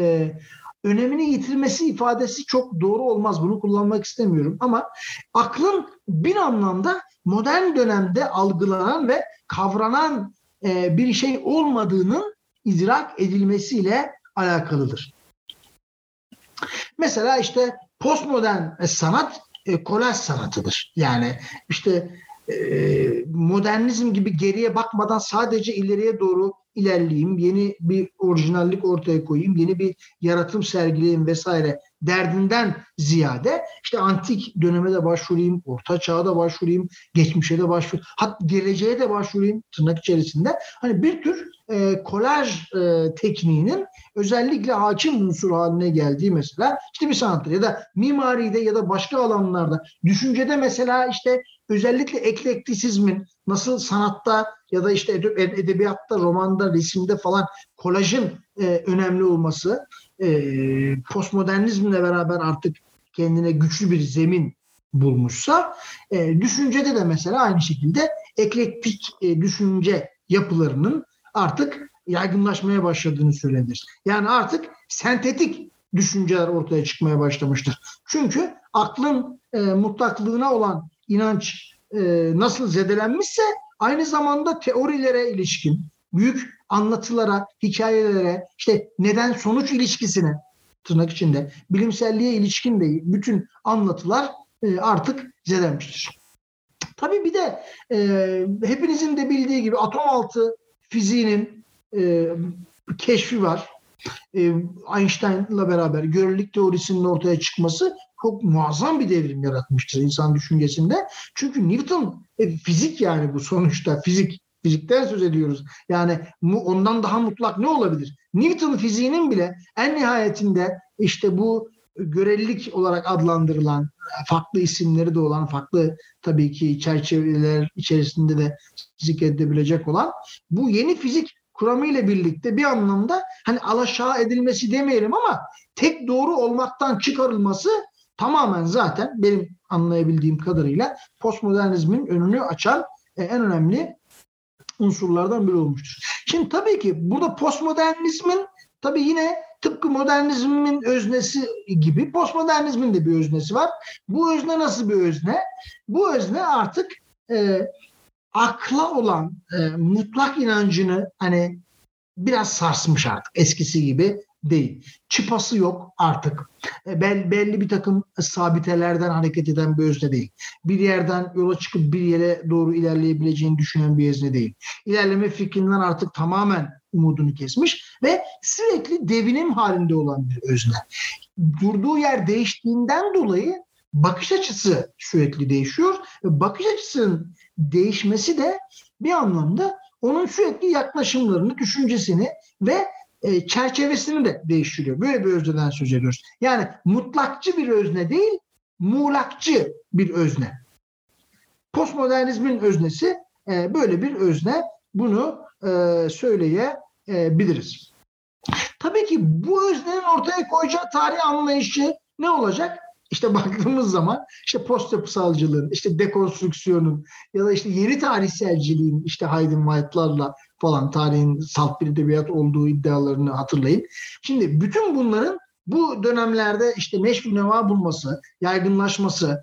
önemini yitirmesi ifadesi çok doğru olmaz. Bunu kullanmak istemiyorum ama aklın bir anlamda modern dönemde algılanan ve kavranan bir şey olmadığının idrak edilmesiyle alakalıdır. Mesela işte postmodern sanat kolaj sanatıdır. Yani işte modernizm gibi geriye bakmadan sadece ileriye doğru ilerleyeyim, yeni bir orijinallik ortaya koyayım, yeni bir yaratım sergileyeyim vesaire derdinden ziyade işte antik döneme de başvurayım, orta çağa da başvurayım, geçmişe de başvurayım, hatta geleceğe de başvurayım tırnak içerisinde. Hani bir tür kolaj tekniğinin özellikle hakim unsur haline geldiği mesela işte bir sanattır ya da mimaride ya da başka alanlarda, düşüncede mesela işte özellikle eklektisizmin nasıl sanatta ya da işte edebiyatta, romanda, resimde falan kolajın önemli olması, postmodernizmle beraber artık kendine güçlü bir zemin bulmuşsa, düşüncede de mesela aynı şekilde eklektik düşünce yapılarının artık yaygınlaşmaya başladığını söylenir. Yani artık sentetik düşünceler ortaya çıkmaya başlamıştır. Çünkü aklın mutlaklığına olan inanç nasıl zedelenmişse aynı zamanda teorilere ilişkin, büyük anlatılara, hikayelere, işte neden sonuç ilişkisine, tırnak içinde bilimselliğe ilişkin de bütün anlatılar artık zedelenmiştir. Tabii bir de hepinizin de bildiği gibi atom altı fiziğinin keşfi var. Einstein'la beraber görelilik teorisinin ortaya çıkması çok muazzam bir devrim yaratmıştır insan düşüncesinde. Çünkü Newton fizik, yani bu sonuçta fizik. Fizikten söz ediyoruz. Yani ondan daha mutlak ne olabilir? Newton fiziğinin bile en nihayetinde işte bu görelilik olarak adlandırılan, farklı isimleri de olan, farklı tabii ki çerçeveler içerisinde de zikredebilecek olan bu yeni fizik kuramıyla birlikte bir anlamda hani alaşağı edilmesi demeyelim ama tek doğru olmaktan çıkarılması tamamen zaten benim anlayabildiğim kadarıyla postmodernizmin önünü açan en önemli unsurlardan biri olmuştur. Şimdi tabii ki burada postmodernizmin tabii yine tıpkı modernizmin öznesi gibi postmodernizmin de bir öznesi var. Bu özne nasıl bir özne? Bu özne artık akla olan mutlak inancını hani biraz sarsmış artık. Eskisi gibi değil. Çıpası yok artık. Belli bir takım sabitelerden hareket eden bir özne değil. Bir yerden yola çıkıp bir yere doğru ilerleyebileceğini düşünen bir özne değil. İlerleme fikrinden artık tamamen umudunu kesmiş ve sürekli devinim halinde olan bir özne. Durduğu yer değiştiğinden dolayı bakış açısı sürekli değişiyor. Bakış açısının değişmesi de bir anlamda onun sürekli yaklaşımlarını, düşüncesini ve çerçevesini de değiştiriyor. Böyle bir özneden söz ediyoruz. Yani mutlakçı bir özne değil, muğlakçı bir özne. Postmodernizmin öznesi böyle bir özne. Bunu söyleyebiliriz. Tabii ki bu öznenin ortaya koyacağı tarih anlayışı ne olacak? İşte baktığımız zaman işte post yapısalcılığın, işte dekonstrüksiyonun ya da işte yeni tarihselciliğin, işte Haydn White'larla falan tarihin salt bir edebiyat olduğu iddialarını hatırlayın. Şimdi bütün bunların bu dönemlerde işte neşv-i neva bulması, yaygınlaşması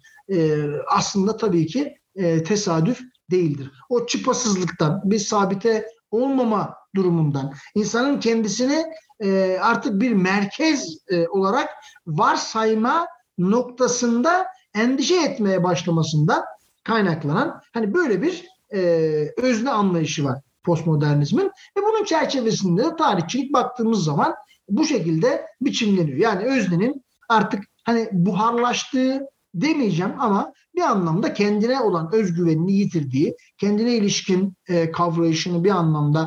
aslında tabii ki tesadüf değildir. O çıpasızlıktan, bir sabite olmama durumundan, insanın kendisini artık bir merkez olarak varsayma noktasında endişe etmeye başlamasından kaynaklanan hani böyle bir özne anlayışı var postmodernizmin ve bunun çerçevesinde de tarihçilik baktığımız zaman bu şekilde biçimleniyor. Yani öznenin artık hani buharlaştığı demeyeceğim ama bir anlamda kendine olan özgüvenini yitirdiği, kendine ilişkin kavrayışını bir anlamda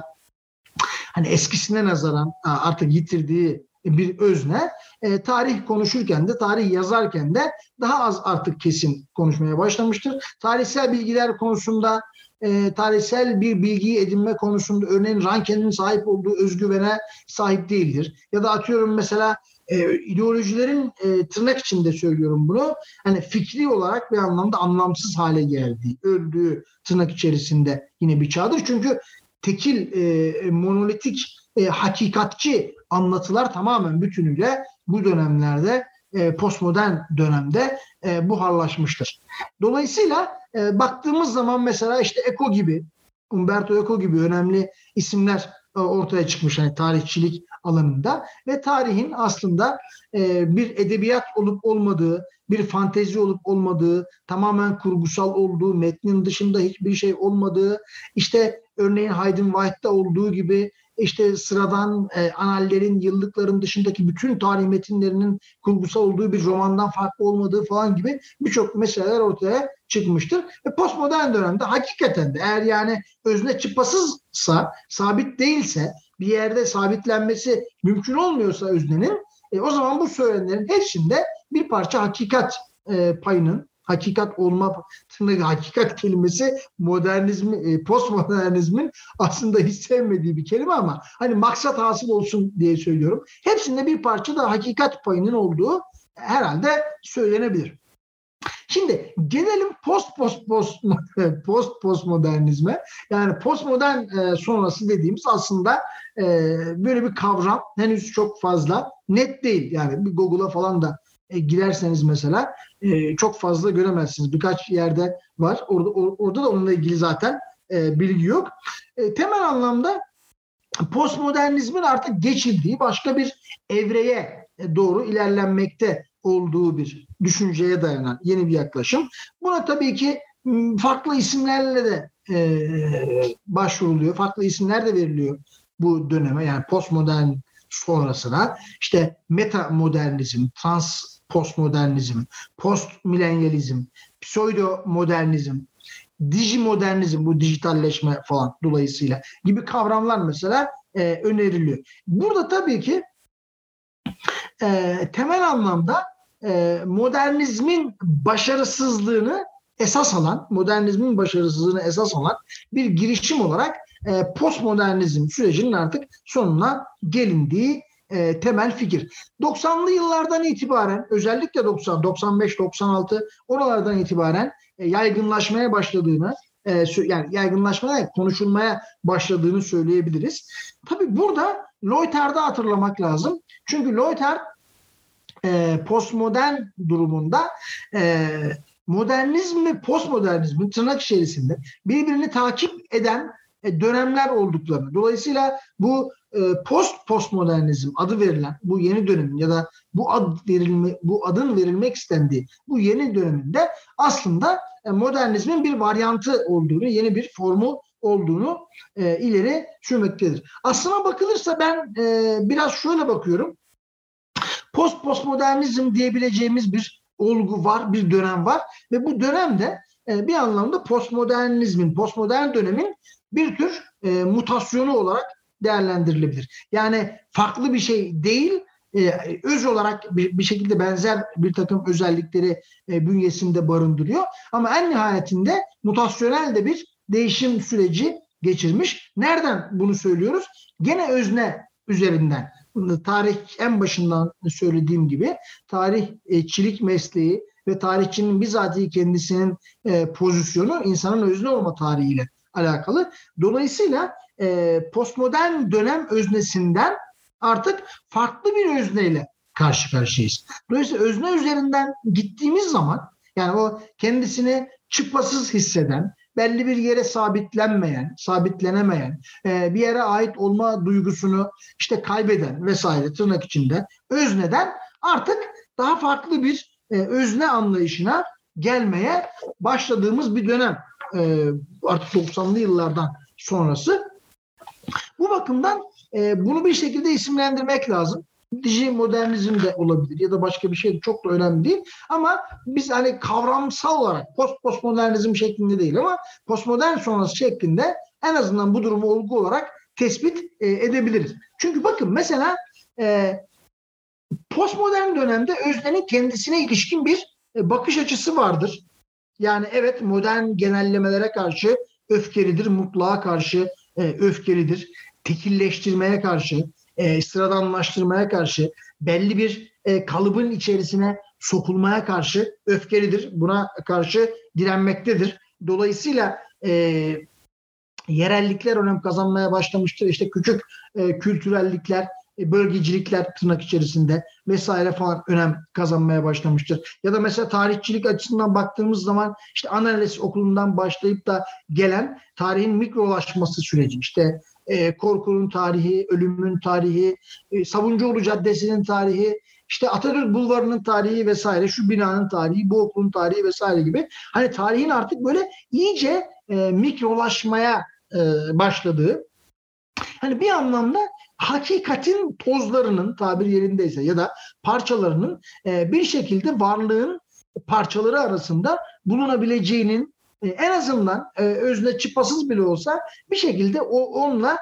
hani eskisine nazaran artık yitirdiği bir özne. Tarih konuşurken de, tarih yazarken de daha az artık kesin konuşmaya başlamıştır. Tarihsel bilgiler konusunda, tarihsel bir bilgiyi edinme konusunda örneğin Ranke'nin sahip olduğu özgüvene sahip değildir. Ya da atıyorum mesela ideolojilerin tırnak içinde söylüyorum bunu. Hani fikri olarak bir anlamda anlamsız hale geldiği, öldüğü tırnak içerisinde yine bir çağdır. Çünkü tekil, monolitik, hakikatçi anlatılar tamamen bütünüyle bu dönemlerde, postmodern dönemde buharlaşmıştır. Dolayısıyla baktığımız zaman mesela işte Eco gibi, Umberto Eco gibi önemli isimler ortaya çıkmış hani tarihçilik alanında ve tarihin aslında bir edebiyat olup olmadığı, bir fantezi olup olmadığı, tamamen kurgusal olduğu, metnin dışında hiçbir şey olmadığı, işte örneğin Haydn White'da olduğu gibi işte sıradan anallerin, yıllıkların dışındaki bütün tarih metinlerinin kurgusal olduğu bir romandan farklı olmadığı falan gibi birçok meseleler ortaya çıkmıştır. Postmodern dönemde hakikaten de eğer yani özne çıpasızsa, sabit değilse, bir yerde sabitlenmesi mümkün olmuyorsa öznenin, o zaman bu söylenenlerin hepsinde bir parça hakikat payının, hakikat olma, hakikat kelimesi modernizmi, postmodernizmin aslında hiç sevmediği bir kelime ama hani maksat hasıl olsun diye söylüyorum. Hepsinde bir parça da hakikat payının olduğu herhalde söylenebilir. Şimdi gelelim postmodernizme. Yani postmodern sonrası dediğimiz aslında böyle bir kavram henüz çok fazla net değil. Yani bir Google'a falan da girerseniz mesela çok fazla göremezsiniz. Birkaç yerde var. Orada da onunla ilgili zaten bilgi yok. Temel anlamda postmodernizmin artık geçildiği başka bir evreye doğru ilerlenmekte olduğu bir düşünceye dayanan yeni bir yaklaşım. Buna tabii ki farklı isimlerle de başvuruluyor. Farklı isimler de veriliyor bu döneme. Yani postmodern sonrasına işte metamodernizm, transpostmodernizm, postmilenyalizm, pseudomodernizm, dijimodernizm, bu dijitalleşme falan dolayısıyla gibi kavramlar mesela öneriliyor. Burada tabii ki temel anlamda modernizmin başarısızlığını esas alan bir girişim olarak postmodernizm sürecinin artık sonuna gelindiği temel fikir. 90'lı yıllardan itibaren, özellikle 90, 95, 96 oralardan itibaren yaygınlaşmaya başladığını, yani yaygınlaşmaya, konuşulmaya başladığını söyleyebiliriz. Tabii burada Leuter'da hatırlamak lazım. Çünkü Leuter postmodern durumunda modernizm ve postmodernizmin tırnak içerisinde birbirini takip eden dönemler olduklarını. Dolayısıyla bu postmodernizm adı verilen bu yeni dönemin ya da bu adın verilmek istendiği bu yeni döneminde aslında modernizmin bir varyantı olduğunu, yeni bir formu olduğunu ileri sürmektedir. Aslına bakılırsa ben biraz şöyle bakıyorum. Postmodernizm diyebileceğimiz bir olgu var, bir dönem var ve bu dönemde bir anlamda postmodern dönemin bir tür mutasyonu olarak değerlendirilebilir. Yani farklı bir şey değil, öz olarak bir şekilde benzer bir takım özellikleri bünyesinde barındırıyor. Ama en nihayetinde mutasyonel de bir değişim süreci geçirmiş. Nereden bunu söylüyoruz? Gene özne üzerinden. Tarih en başından söylediğim gibi tarihçilik mesleği ve tarihçinin bizatihi kendisinin pozisyonu insanın özne olma tarihiyle alakalı. Dolayısıyla postmodern dönem öznesinden artık farklı bir özneyle karşı karşıyayız. Dolayısıyla özne üzerinden gittiğimiz zaman yani o kendisini çıpasız hisseden, belli bir yere sabitlenemeyen, bir yere ait olma duygusunu işte kaybeden vesaire tırnak içinde özneden artık daha farklı bir özne anlayışına gelmeye başladığımız bir dönem. Artık 90'lı yıllardan sonrası. Bu bakımdan bunu bir şekilde isimlendirmek lazım. Dijimodernizm de olabilir ya da başka bir şey de çok da önemli değil. Ama biz hani kavramsal olarak postmodernizm şeklinde değil ama postmodern sonrası şeklinde en azından bu durumu olgu olarak tespit edebiliriz. Çünkü bakın mesela postmodern dönemde öznenin kendisine ilişkin bir bakış açısı vardır. Yani evet modern genellemelere karşı öfkelidir, mutluğa karşı öfkelidir, tekilleştirmeye karşı, sıradanlaştırmaya karşı, belli bir kalıbın içerisine sokulmaya karşı öfkelidir. Buna karşı direnmektedir. Dolayısıyla yerellikler önem kazanmaya başlamıştır. İşte küçük kültürellikler, bölgecilikler tırnak içerisinde vesaire falan önem kazanmaya başlamıştır. Ya da mesela tarihçilik açısından baktığımız zaman işte Analiz okulundan başlayıp da gelen tarihin mikrolaşması süreci, işte Korku'nun tarihi, ölümün tarihi, Sabuncuoğlu Caddesi'nin tarihi, işte Atatürk Bulvarı'nın tarihi vesaire, şu binanın tarihi, bu okulun tarihi vesaire gibi. Hani tarihin artık böyle iyice mikrolaşmaya başladığı Hani bir anlamda hakikatin tozlarının, tabir yerindeyse, ya da parçalarının bir şekilde varlığın parçaları arasında bulunabileceğinin, en azından özne çıpasız bile olsa bir şekilde onunla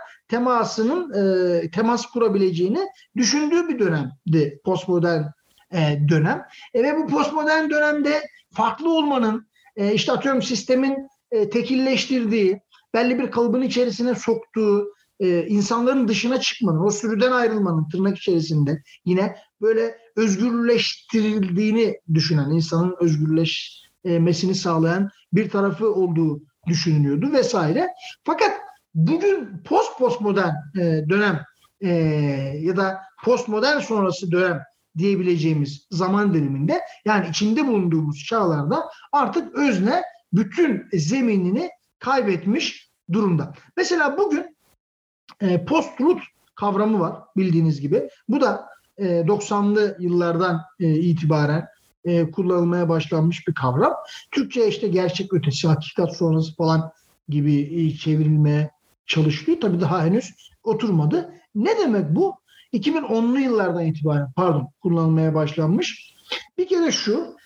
temas kurabileceğini düşündüğü bir dönemdi postmodern dönem. Ve bu postmodern dönemde farklı olmanın, işte atıyorum sistemin tekilleştirdiği, belli bir kalıbın içerisine soktuğu, insanların dışına çıkmanın, o sürüden ayrılmanın tırnak içerisinde yine böyle özgürleştirildiğini düşünen, insanın özgürleşmesini sağlayan bir tarafı olduğu düşünülüyordu vesaire. Fakat bugün postmodern dönem ya da postmodern sonrası dönem diyebileceğimiz zaman diliminde, yani içinde bulunduğumuz çağlarda artık özne bütün zeminini kaybetmiş durumda. Mesela bugün post-truth kavramı var bildiğiniz gibi. Bu da 90'lı yıllardan itibaren kullanılmaya başlanmış bir kavram. Türkçe'ye işte gerçek ötesi, hakikat sonrası falan gibi çevrilmeye çalışılıyor. Tabii daha henüz oturmadı. Ne demek bu? 2010'lu yıllardan itibaren kullanılmaya başlanmış. Bir kere şu,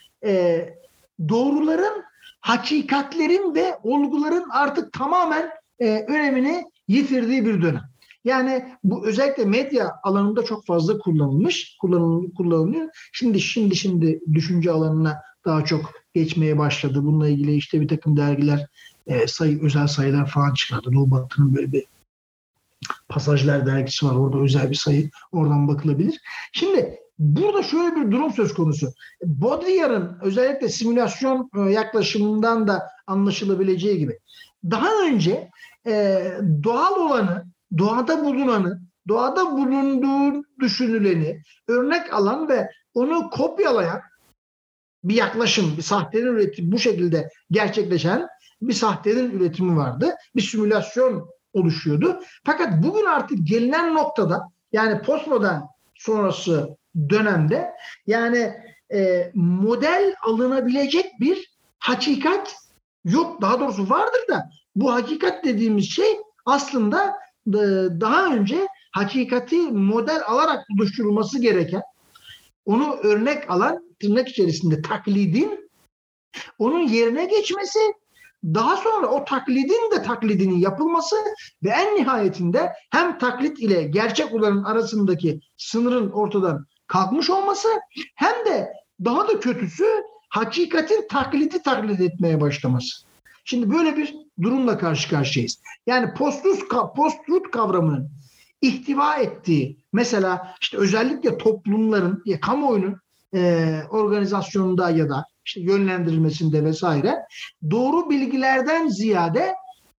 doğruların, hakikatlerin ve olguların artık tamamen önemini yitirdiği bir dönem. Yani bu özellikle medya alanında çok fazla kullanılıyor. Şimdi düşünce alanına daha çok geçmeye başladı. Bununla ilgili işte bir takım dergiler özel sayılar falan çıkardı. Doğu Batı'nın böyle bir Pasajlar dergisi var. Orada özel bir sayı. Oradan bakılabilir. Şimdi burada şöyle bir durum söz konusu. Baudrillard'ın özellikle simülasyon yaklaşımından da anlaşılabileceği gibi daha önce doğal olanı, doğada bulunanı, doğada bulunduğu düşünüleni örnek alan ve onu kopyalayan bir yaklaşım, bir sahtenin üretimi, bu şekilde gerçekleşen bir sahtenin üretimi vardı. Bir simülasyon oluşuyordu. Fakat bugün artık gelinen noktada, yani postmodern sonrası dönemde, yani model alınabilecek bir hakikat yok. Daha doğrusu vardır da bu hakikat dediğimiz şey aslında daha önce hakikati model alarak oluşturulması gereken, onu örnek alan tırnak içerisinde taklidin onun yerine geçmesi, daha sonra o taklidinin yapılması ve en nihayetinde hem taklit ile gerçek olanın arasındaki sınırın ortadan kalkmış olması, hem de daha da kötüsü hakikatin taklit etmeye başlaması. Şimdi böyle bir durumla karşı karşıyayız. Yani post-truth kavramının ihtiva ettiği, mesela işte özellikle toplumların, kamuoyunun organizasyonunda ya da işte yönlendirilmesinde vesaire doğru bilgilerden ziyade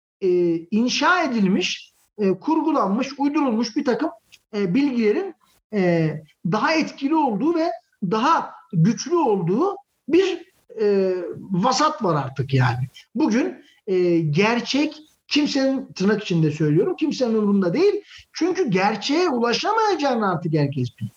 inşa edilmiş, kurgulanmış, uydurulmuş bir takım bilgilerin daha etkili olduğu ve daha güçlü olduğu bir vasat var artık yani. Bugün gerçek kimsenin, tırnak içinde söylüyorum, kimsenin umurunda değil. Çünkü gerçeğe ulaşamayacağını artık herkes biliyor.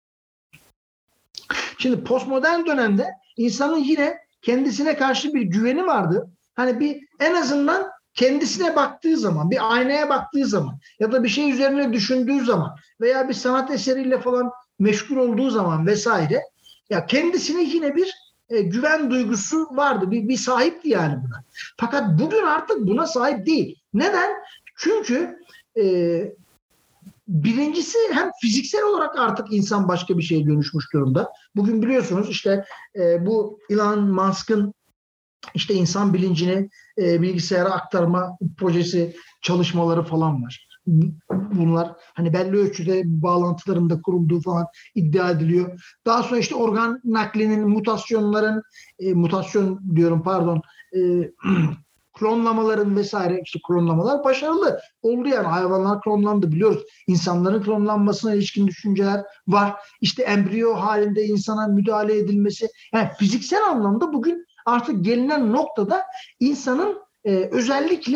Şimdi postmodern dönemde insanın yine kendisine karşı bir güveni vardı. Hani bir en azından kendisine baktığı zaman, bir aynaya baktığı zaman ya da bir şey üzerine düşündüğü zaman veya bir sanat eseriyle falan meşgul olduğu zaman vesaire, ya kendisine yine bir güven duygusu vardı. Bir sahipti yani buna. Fakat bugün artık buna sahip değil. Neden? Çünkü birincisi, hem fiziksel olarak artık insan başka bir şeye dönüşmüş durumda. Bugün biliyorsunuz işte bu Elon Musk'ın işte insan bilincini bilgisayara aktarma projesi, çalışmaları falan var. Bunlar hani belli ölçüde bağlantıların da kurulduğu falan iddia ediliyor. Daha sonra işte organ naklinin, klonlamaların vesaire, işte klonlamalar başarılı oldu yani. Hayvanlar klonlandı, biliyoruz. İnsanların klonlanmasına ilişkin düşünceler var. İşte embriyo halinde insana müdahale edilmesi. Yani fiziksel anlamda bugün artık gelinen noktada insanın özellikle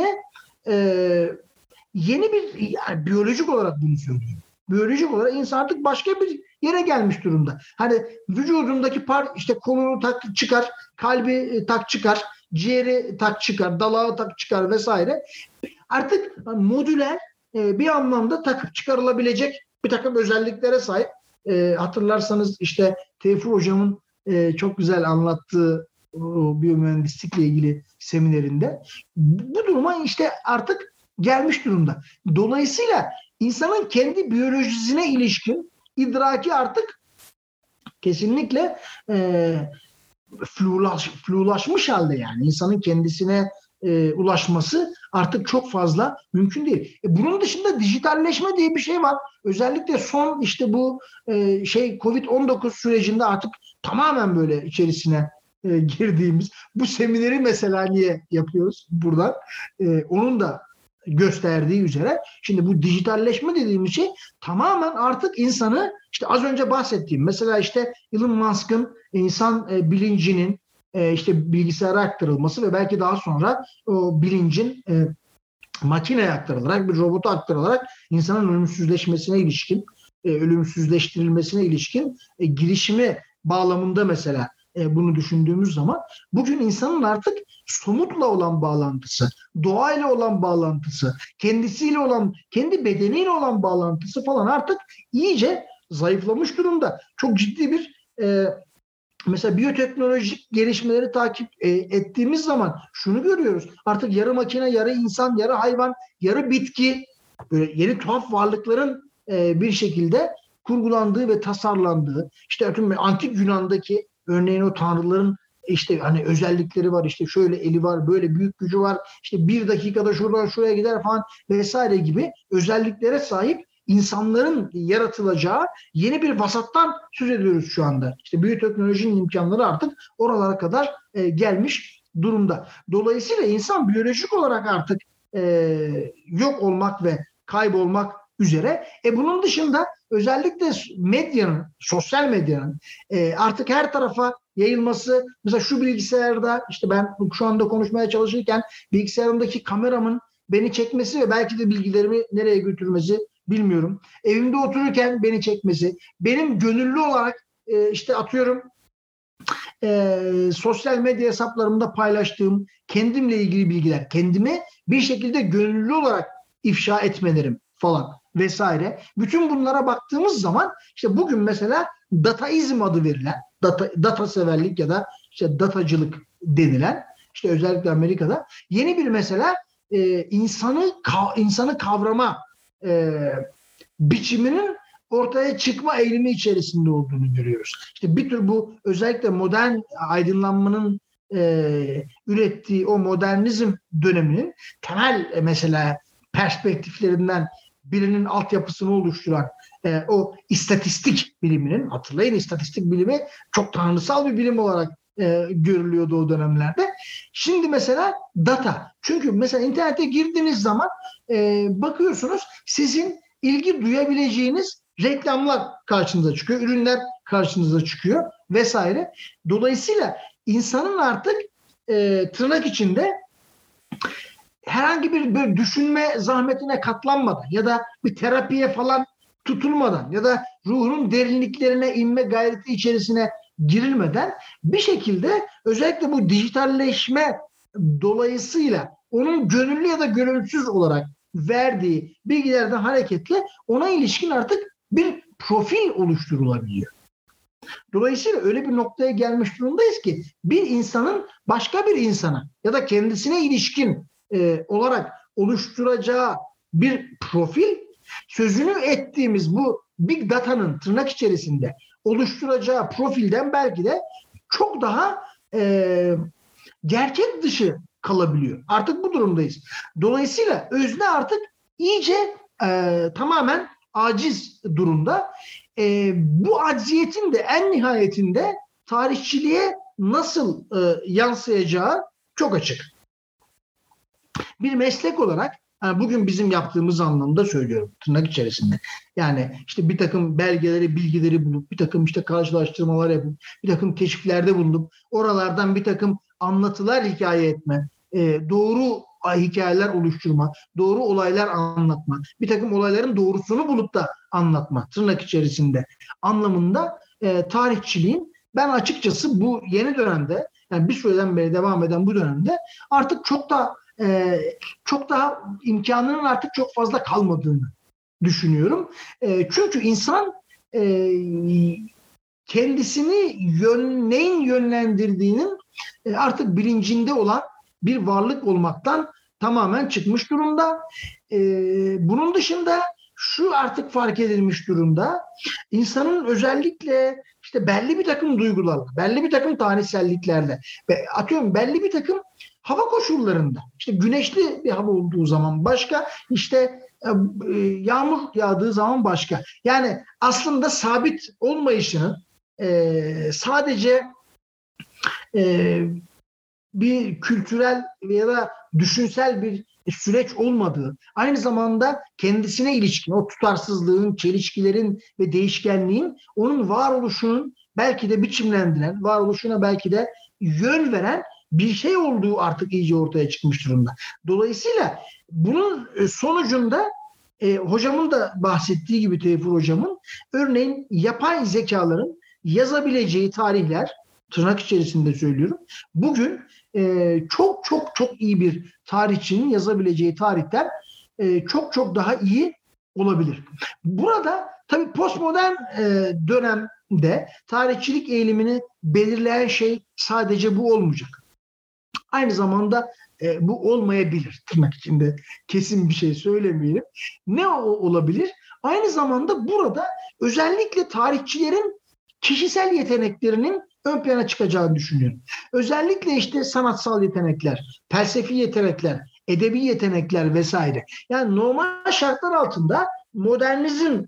yeni bir, yani biyolojik olarak bunu söylüyorum. Biyolojik olarak insan artık başka bir yere gelmiş durumda. Hani vücudundaki işte kolunu tak çıkar, kalbi tak çıkar, ciğeri tak çıkar, dalağı tak çıkar vesaire. Artık modüler, bir anlamda takıp çıkarılabilecek bir takım özelliklere sahip. Hatırlarsanız işte Tevfur Hocam'ın çok güzel anlattığı biyomühendislikle ilgili seminerinde bu duruma işte artık gelmiş durumda. Dolayısıyla insanın kendi biyolojisine ilişkin idraki artık kesinlikle flulaşmış halde, yani insanın kendisine ulaşması artık çok fazla mümkün değil. Bunun dışında dijitalleşme diye bir şey var. Özellikle son işte bu Covid-19 sürecinde artık tamamen böyle içerisine girdiğimiz bu semineri mesela niye yapıyoruz buradan? Onun da gösterdiği üzere şimdi bu dijitalleşme dediğimiz şey tamamen artık insanı işte az önce bahsettiğim mesela işte Elon Musk'ın insan bilincinin işte bilgisayara aktarılması ve belki daha sonra o bilincin makineye aktarılarak, bir robota aktarılarak insanın ölümsüzleşmesine ilişkin, ölümsüzleştirilmesine ilişkin girişimi bağlamında mesela bunu düşündüğümüz zaman bugün insanın artık somutla olan bağlantısı, doğayla olan bağlantısı, kendisiyle olan, kendi bedeniyle olan bağlantısı falan artık iyice zayıflamış durumda. Çok ciddi bir mesela biyoteknolojik gelişmeleri takip ettiğimiz zaman şunu görüyoruz. Artık yarı makine, yarı insan, yarı hayvan, yarı bitki, böyle yeni tuhaf varlıkların bir şekilde kurgulandığı ve tasarlandığı, işte antik Yunan'daki örneğin o tanrıların işte hani özellikleri var, işte şöyle eli var, böyle büyük gücü var, işte bir dakikada şuradan şuraya gider falan vesaire gibi özelliklere sahip insanların yaratılacağı yeni bir vasattan söz ediyoruz şu anda. İşte biyoteknolojinin imkanları artık oralara kadar gelmiş durumda. Dolayısıyla insan biyolojik olarak artık yok olmak ve kaybolmak üzere. Bunun dışında özellikle medyanın, sosyal medyanın artık her tarafa yayılması, mesela şu bilgisayarda işte ben şu anda konuşmaya çalışırken bilgisayarımdaki kameramın beni çekmesi ve belki de bilgilerimi nereye götürmesi bilmiyorum. Evimde otururken beni çekmesi, benim gönüllü olarak işte atıyorum sosyal medya hesaplarımda paylaştığım kendimle ilgili bilgiler, kendimi bir şekilde gönüllü olarak ifşa etmelerim falan vesaire. Bütün bunlara baktığımız zaman işte bugün mesela dataizm adı verilen, data severlik ya da işte datacılık denilen, işte özellikle Amerika'da yeni bir mesela insanı kavrama biçiminin ortaya çıkma eğilimi içerisinde olduğunu görüyoruz. İşte bir tür bu özellikle modern aydınlanmanın ürettiği o modernizm döneminin temel mesela perspektiflerinden birinin altyapısını oluşturan o istatistik biliminin, hatırlayın istatistik bilimi çok tanrısal bir bilim olarak görülüyordu o dönemlerde. Şimdi mesela data. Çünkü mesela internete girdiğiniz zaman bakıyorsunuz sizin ilgi duyabileceğiniz reklamlar karşınıza çıkıyor, ürünler karşınıza çıkıyor vesaire. Dolayısıyla insanın artık tırnak içinde herhangi bir böyle düşünme zahmetine katlanmadan ya da bir terapiye falan tutulmadan ya da ruhunun derinliklerine inme gayreti içerisine girilmeden bir şekilde özellikle bu dijitalleşme dolayısıyla onun gönüllü ya da gönülsüz olarak verdiği bilgilerden hareketle ona ilişkin artık bir profil oluşturulabiliyor. Dolayısıyla öyle bir noktaya gelmiş durumdayız ki bir insanın başka bir insana ya da kendisine ilişkin olarak oluşturacağı bir profil, sözünü ettiğimiz bu big data'nın tırnak içerisinde oluşturacağı profilden belki de çok daha gerçek dışı kalabiliyor. Artık bu durumdayız. Dolayısıyla özne artık iyice tamamen aciz durumda. Bu acziyetin de en nihayetinde tarihçiliğe nasıl yansıyacağı çok açık. Bir meslek olarak yani bugün bizim yaptığımız anlamda söylüyorum tırnak içerisinde. Yani işte bir takım belgeleri, bilgileri bulup, bir takım işte karşılaştırmalar yapıp, bir takım keşiflerde bulunup, oralardan bir takım anlatılar hikaye etme, doğru hikayeler oluşturma, doğru olaylar anlatma, bir takım olayların doğrusunu bulup da anlatma tırnak içerisinde anlamında tarihçiliğin ben açıkçası bu yeni dönemde, yani bir süreden beri devam eden bu dönemde artık çok da çok daha imkanının artık çok fazla kalmadığını düşünüyorum. Çünkü insan kendisini neyin yönlendirdiğinin artık bilincinde olan bir varlık olmaktan tamamen çıkmış durumda. Bunun dışında şu artık fark edilmiş durumda. İnsanın özellikle işte belli bir takım duygularla, belli bir takım tarihselliklerle, atıyorum belli bir takım hava koşullarında, işte güneşli bir hava olduğu zaman başka, işte yağmur yağdığı zaman başka. Yani aslında sabit olmayışının sadece bir kültürel ya da düşünsel bir süreç olmadığı, aynı zamanda kendisine ilişkin o tutarsızlığın, çelişkilerin ve değişkenliğin onun varoluşunun belki de biçimlendiren, varoluşuna belki de yön veren bir şey olduğu artık iyice ortaya çıkmış durumda. Dolayısıyla bunun sonucunda hocamın da bahsettiği gibi, Tevfur hocamın, örneğin yapay zekaların yazabileceği tarihler, tırnak içerisinde söylüyorum, bugün çok çok çok iyi bir tarihçinin yazabileceği tarihten çok çok daha iyi olabilir. Burada tabii postmodern dönemde tarihçilik eğilimini belirleyen şey sadece bu olmayacak. Aynı zamanda bu olmayabilir. Tırnak içinde kesin bir şey söylemeyelim. Ne olabilir? Aynı zamanda burada özellikle tarihçilerin kişisel yeteneklerinin ön plana çıkacağını düşünüyorum. Özellikle işte sanatsal yetenekler, felsefi yetenekler, edebi yetenekler vesaire. Yani normal şartlar altında modernizm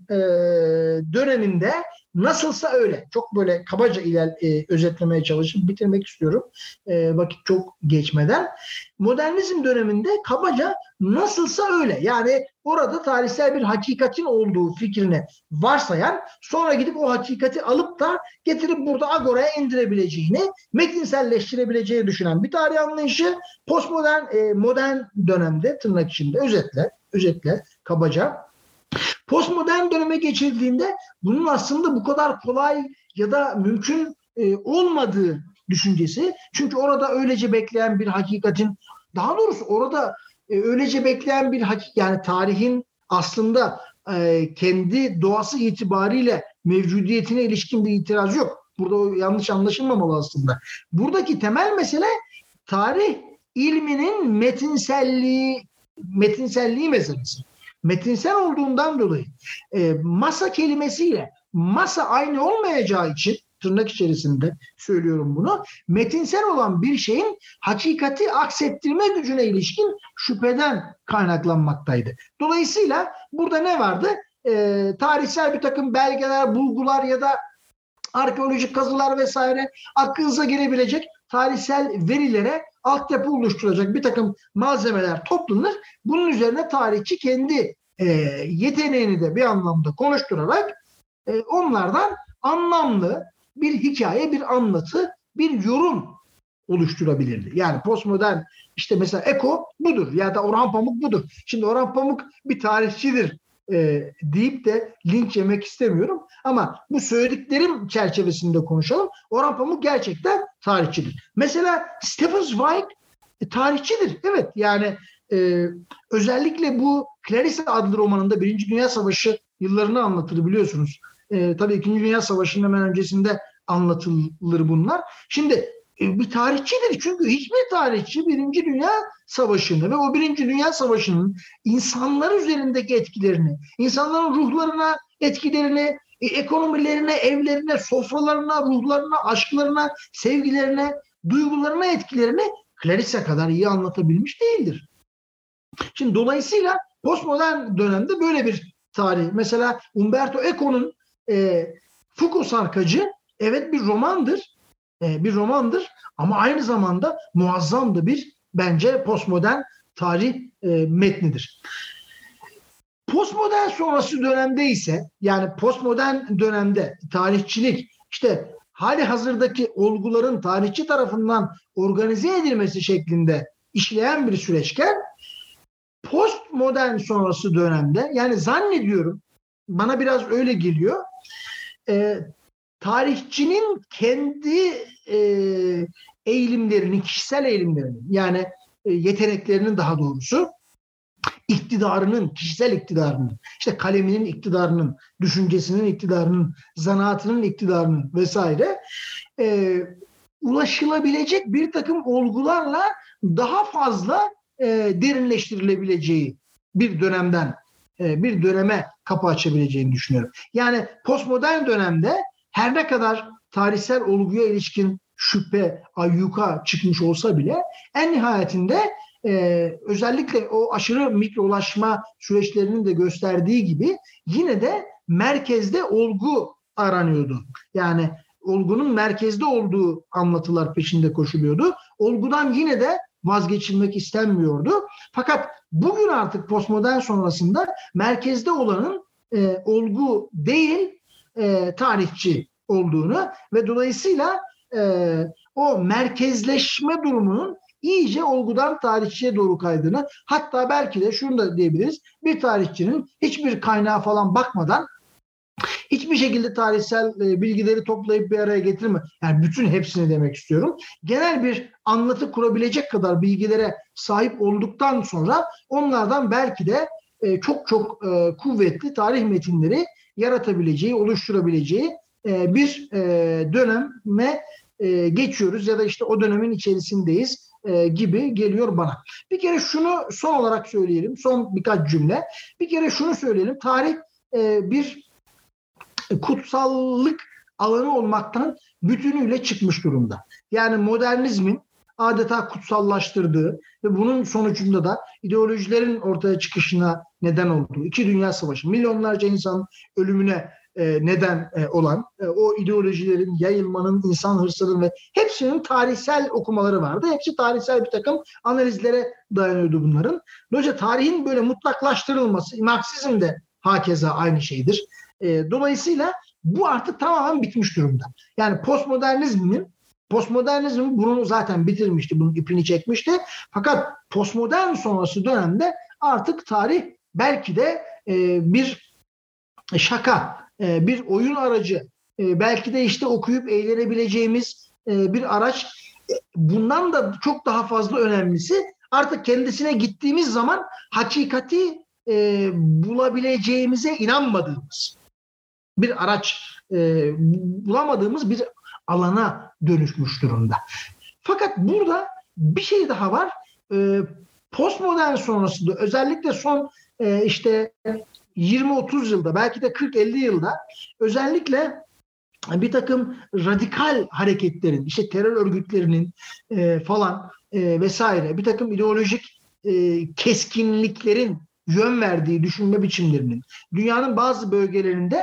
döneminde nasılsa öyle. Çok böyle kabaca özetlemeye çalışıp bitirmek istiyorum. Vakit çok geçmeden. Modernizm döneminde kabaca nasılsa öyle. Yani orada tarihsel bir hakikatin olduğu fikrini varsayan, sonra gidip o hakikati alıp da getirip burada agoraya indirebileceğini, metinselleştirebileceğini düşünen bir tarih anlayışı postmodern, modern dönemde, tırnak içinde özetle kabaca. Postmodern döneme geçildiğinde bunun aslında bu kadar kolay ya da mümkün olmadığı düşüncesi. Çünkü orada öylece bekleyen bir hakikatin, daha doğrusu orada öylece bekleyen bir yani tarihin aslında kendi doğası itibariyle mevcudiyetine ilişkin bir itiraz yok. Burada o yanlış anlaşılmamalı aslında. Buradaki temel mesele tarih ilminin metinselliği meselesi. Metinsel olduğundan dolayı masa kelimesiyle masa aynı olmayacağı için, tırnak içerisinde söylüyorum bunu, metinsel olan bir şeyin hakikati aksettirme gücüne ilişkin şüpheden kaynaklanmaktaydı. Dolayısıyla burada ne vardı? Tarihsel bir takım belgeler, bulgular ya da arkeolojik kazılar vesaire, aklınıza gelebilecek tarihsel verilere altyapı oluşturacak bir takım malzemeler toplanır. Bunun üzerine tarihçi kendi yeteneğini de bir anlamda konuşturarak onlardan anlamlı bir hikaye, bir anlatı, bir yorum oluşturabilirdi. Yani postmodern işte mesela Eko budur ya da Orhan Pamuk budur. Şimdi Orhan Pamuk bir tarihçidir deyip de linç yemek istemiyorum. Ama bu söylediklerim çerçevesinde konuşalım. Orhan Pamuk gerçekten tarihçidir. Mesela Stefan Zweig tarihçidir. Evet, yani özellikle bu Clarissa adlı romanında Birinci Dünya Savaşı yıllarını anlatır, biliyorsunuz. Tabii İkinci Dünya Savaşı'nın hemen öncesinde anlatılır bunlar. Şimdi bir tarihçidir, çünkü hiçbir tarihçi Birinci Dünya Savaşı'nı ve o Birinci Dünya Savaşı'nın insanlar üzerindeki etkilerini, insanların ruhlarına etkilerini, ekonomilerine, evlerine, sofralarına, ruhlarına, aşklarına, sevgilerine, duygularına etkilerini Clarissa kadar iyi anlatabilmiş değildir. Şimdi dolayısıyla postmodern dönemde böyle bir tarih. Mesela Umberto Eco'nun Foucault Sarkacı evet bir romandır ama aynı zamanda muazzam da bir, bence, postmodern tarih metnidir. Postmodern sonrası dönemde ise, yani postmodern dönemde tarihçilik işte hali hazırdaki olguların tarihçi tarafından organize edilmesi şeklinde işleyen bir süreçken, postmodern sonrası dönemde, yani zannediyorum, bana biraz öyle geliyor, tarihçinin kendi eğilimlerini, kişisel eğilimlerini, yani yeteneklerinin daha doğrusu iktidarının, kişisel iktidarının, işte kaleminin iktidarının, düşüncesinin iktidarının, zanaatının iktidarının vesaire ulaşılabilecek bir takım olgularla daha fazla derinleştirilebileceği bir döneme kapı açabileceğini düşünüyorum. Yani postmodern dönemde her ne kadar tarihsel olguya ilişkin şüphe, ayyuka çıkmış olsa bile en nihayetinde özellikle o aşırı mikrolaşma süreçlerinin de gösterdiği gibi yine de merkezde olgu aranıyordu. Yani olgunun merkezde olduğu anlatılar peşinde koşuluyordu. Olgudan yine de vazgeçilmek istenmiyordu. Fakat bugün artık postmodern sonrasında merkezde olanın olgu değil tarihçi olduğunu ve dolayısıyla o merkezleşme durumunun iyice olgudan tarihçiye doğru kaydığını, hatta belki de şunu da diyebiliriz, bir tarihçinin hiçbir kaynağa falan bakmadan hiçbir şekilde tarihsel bilgileri toplayıp bir araya getirme, yani bütün hepsini demek istiyorum, genel bir anlatı kurabilecek kadar bilgilere sahip olduktan sonra onlardan belki de çok çok kuvvetli tarih metinleri yaratabileceği, oluşturabileceği bir döneme geçiyoruz ya da işte o dönemin içerisindeyiz gibi geliyor bana. Bir kere şunu son olarak söyleyelim, son birkaç cümle. Bir kere şunu söyleyelim, tarih bir kutsallık alanı olmaktan bütünüyle çıkmış durumda. Yani modernizmin adeta kutsallaştırdığı ve bunun sonucunda da ideolojilerin ortaya çıkışına neden olduğu, 2 Dünya Savaşı, milyonlarca insanın ölümüne neden olan o ideolojilerin yayılmanın, insan hırsının ve hepsinin tarihsel okumaları vardı. Hepsi tarihsel bir takım analizlere dayanıyordu bunların. Dolayısıyla tarihin böyle mutlaklaştırılması, Marksizm de hakeza aynı şeydir. Dolayısıyla bu artık tamamen bitmiş durumda. Yani postmodernizm bunu zaten bitirmişti, bunun ipini çekmişti. Fakat postmodern sonrası dönemde artık tarih belki de bir şaka, bir oyun aracı, belki de işte okuyup eğlenebileceğimiz bir araç. Bundan da çok daha fazla önemlisi, artık kendisine gittiğimiz zaman hakikati bulabileceğimize inanmadığımız bir araç, bulamadığımız bir alana dönüşmüş durumda. Fakat burada bir şey daha var. Postmodern sonrasında özellikle son işte 20-30 yılda, belki de 40-50 yılda özellikle bir takım radikal hareketlerin, işte terör örgütlerinin falan vesaire, bir takım ideolojik keskinliklerin yön verdiği düşünme biçimlerinin dünyanın bazı bölgelerinde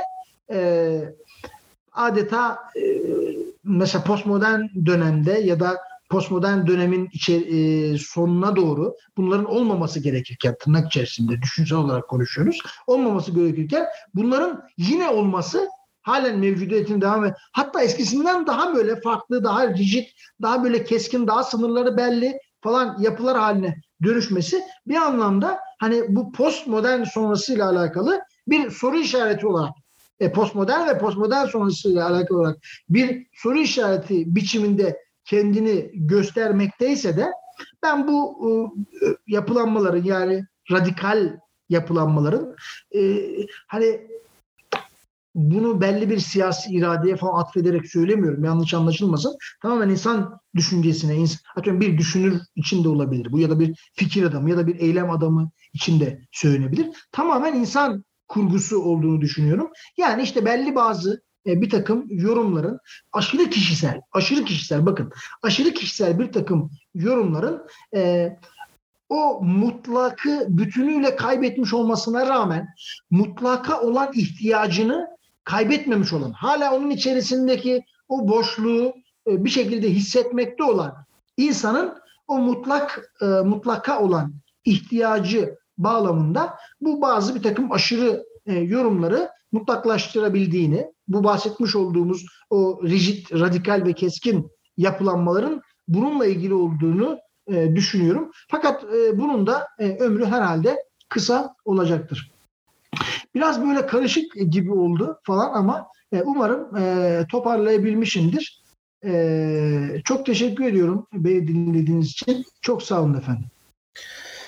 adeta mesela postmodern dönemde ya da postmodern dönemin sonuna doğru bunların olmaması gerekirken, tırnak içerisinde düşünsel olarak konuşuyoruz, olmaması gerekirken bunların yine olması, halen mevcudiyetinin devam ve hatta eskisinden daha böyle farklı, daha rigid, daha böyle keskin, daha sınırları belli falan yapılar haline dönüşmesi bir anlamda hani bu postmodern sonrasıyla alakalı bir soru işareti olarak, postmodern ve postmodern sonrasıyla alakalı olarak bir soru işareti biçiminde kendini göstermekteyse de ben bu yapılanmaların, yani radikal yapılanmaların hani bunu belli bir siyasi iradeye falan atfederek söylemiyorum, yanlış anlaşılmasın. Tamamen insan düşüncesine, atıyorum bir düşünür içinde olabilir bu, ya da bir fikir adamı ya da bir eylem adamı içinde söylenebilir. Tamamen insan kurgusu olduğunu düşünüyorum. Yani işte belli bazı bir takım yorumların aşırı kişisel bakın, aşırı kişisel bir takım yorumların o mutlakı bütünüyle kaybetmiş olmasına rağmen mutlaka olan ihtiyacını kaybetmemiş olan, hala onun içerisindeki o boşluğu bir şekilde hissetmekte olan insanın o mutlaka olan ihtiyacı bağlamında bu bazı bir takım aşırı yorumları mutlaklaştırabildiğini, bu bahsetmiş olduğumuz o rigid, radikal ve keskin yapılanmaların bununla ilgili olduğunu düşünüyorum. Fakat bunun da ömrü herhalde kısa olacaktır. Biraz böyle karışık gibi oldu falan ama umarım toparlayabilmişimdir. Çok teşekkür ediyorum beni dinlediğiniz için. Çok sağ olun efendim.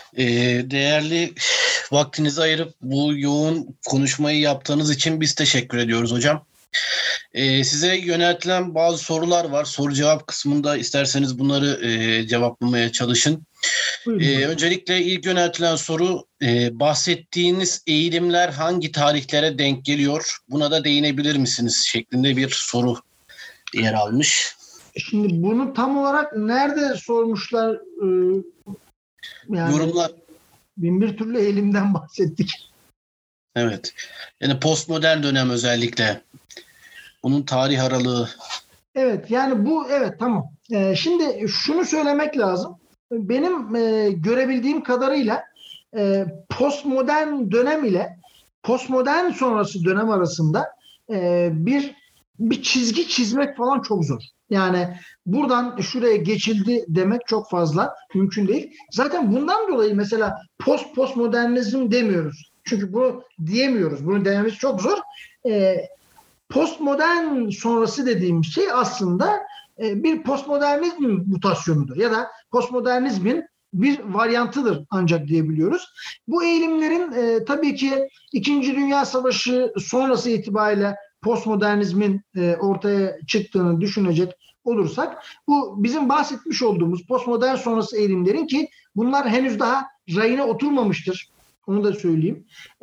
Değerli vaktinizi ayırıp bu yoğun konuşmayı yaptığınız için biz teşekkür ediyoruz hocam. Size yöneltilen bazı sorular var. Soru cevap kısmında isterseniz bunları cevaplamaya çalışın. Öncelikle ilk yöneltilen soru, bahsettiğiniz eğilimler hangi tarihlere denk geliyor? Buna da değinebilir misiniz? Şeklinde bir soru yer almış. Şimdi bunu tam olarak nerede sormuşlar? Yani yorumlar. Bin bir türlü eğilimden bahsettik. Evet. Yani postmodern dönem özellikle. Bunun tarih aralığı. Evet, yani bu evet, tamam. Şimdi şunu söylemek lazım. Benim görebildiğim kadarıyla postmodern dönem ile postmodern sonrası dönem arasında bir çizgi çizmek falan çok zor. Yani buradan şuraya geçildi demek çok fazla mümkün değil. Zaten bundan dolayı mesela postmodernizm demiyoruz. Çünkü bunu diyemiyoruz. Bunu dememiz çok zor. Postmodern sonrası dediğim şey aslında bir postmodernizm mutasyonudur ya da postmodernizmin bir varyantıdır ancak diyebiliyoruz. Bu eğilimlerin tabii ki İkinci Dünya Savaşı sonrası itibariyle postmodernizmin ortaya çıktığını düşünecek olursak, bu bizim bahsetmiş olduğumuz postmodern sonrası eğilimlerin, ki bunlar henüz daha rayına oturmamıştır, onu da söyleyeyim.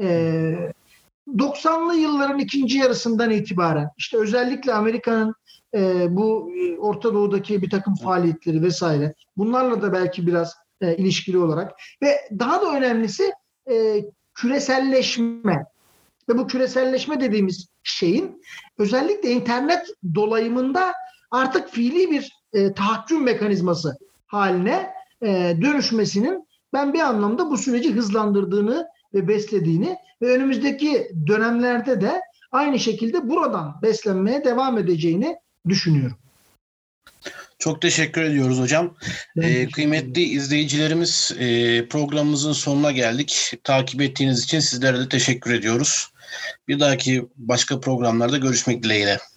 90'lı yılların ikinci yarısından itibaren işte özellikle Amerika'nın bu Orta Doğu'daki bir takım faaliyetleri vesaire, bunlarla da belki biraz ilişkili olarak ve daha da önemlisi küreselleşme ve bu küreselleşme dediğimiz şeyin özellikle internet dolayımında artık fiili bir tahakküm mekanizması haline dönüşmesinin ben bir anlamda bu süreci hızlandırdığını ve beslediğini ve önümüzdeki dönemlerde de aynı şekilde buradan beslenmeye devam edeceğini düşünüyorum. Çok teşekkür ediyoruz hocam. Kıymetli izleyicilerimiz, programımızın sonuna geldik. Takip ettiğiniz için sizlere de teşekkür ediyoruz. Bir dahaki başka programlarda görüşmek dileğiyle.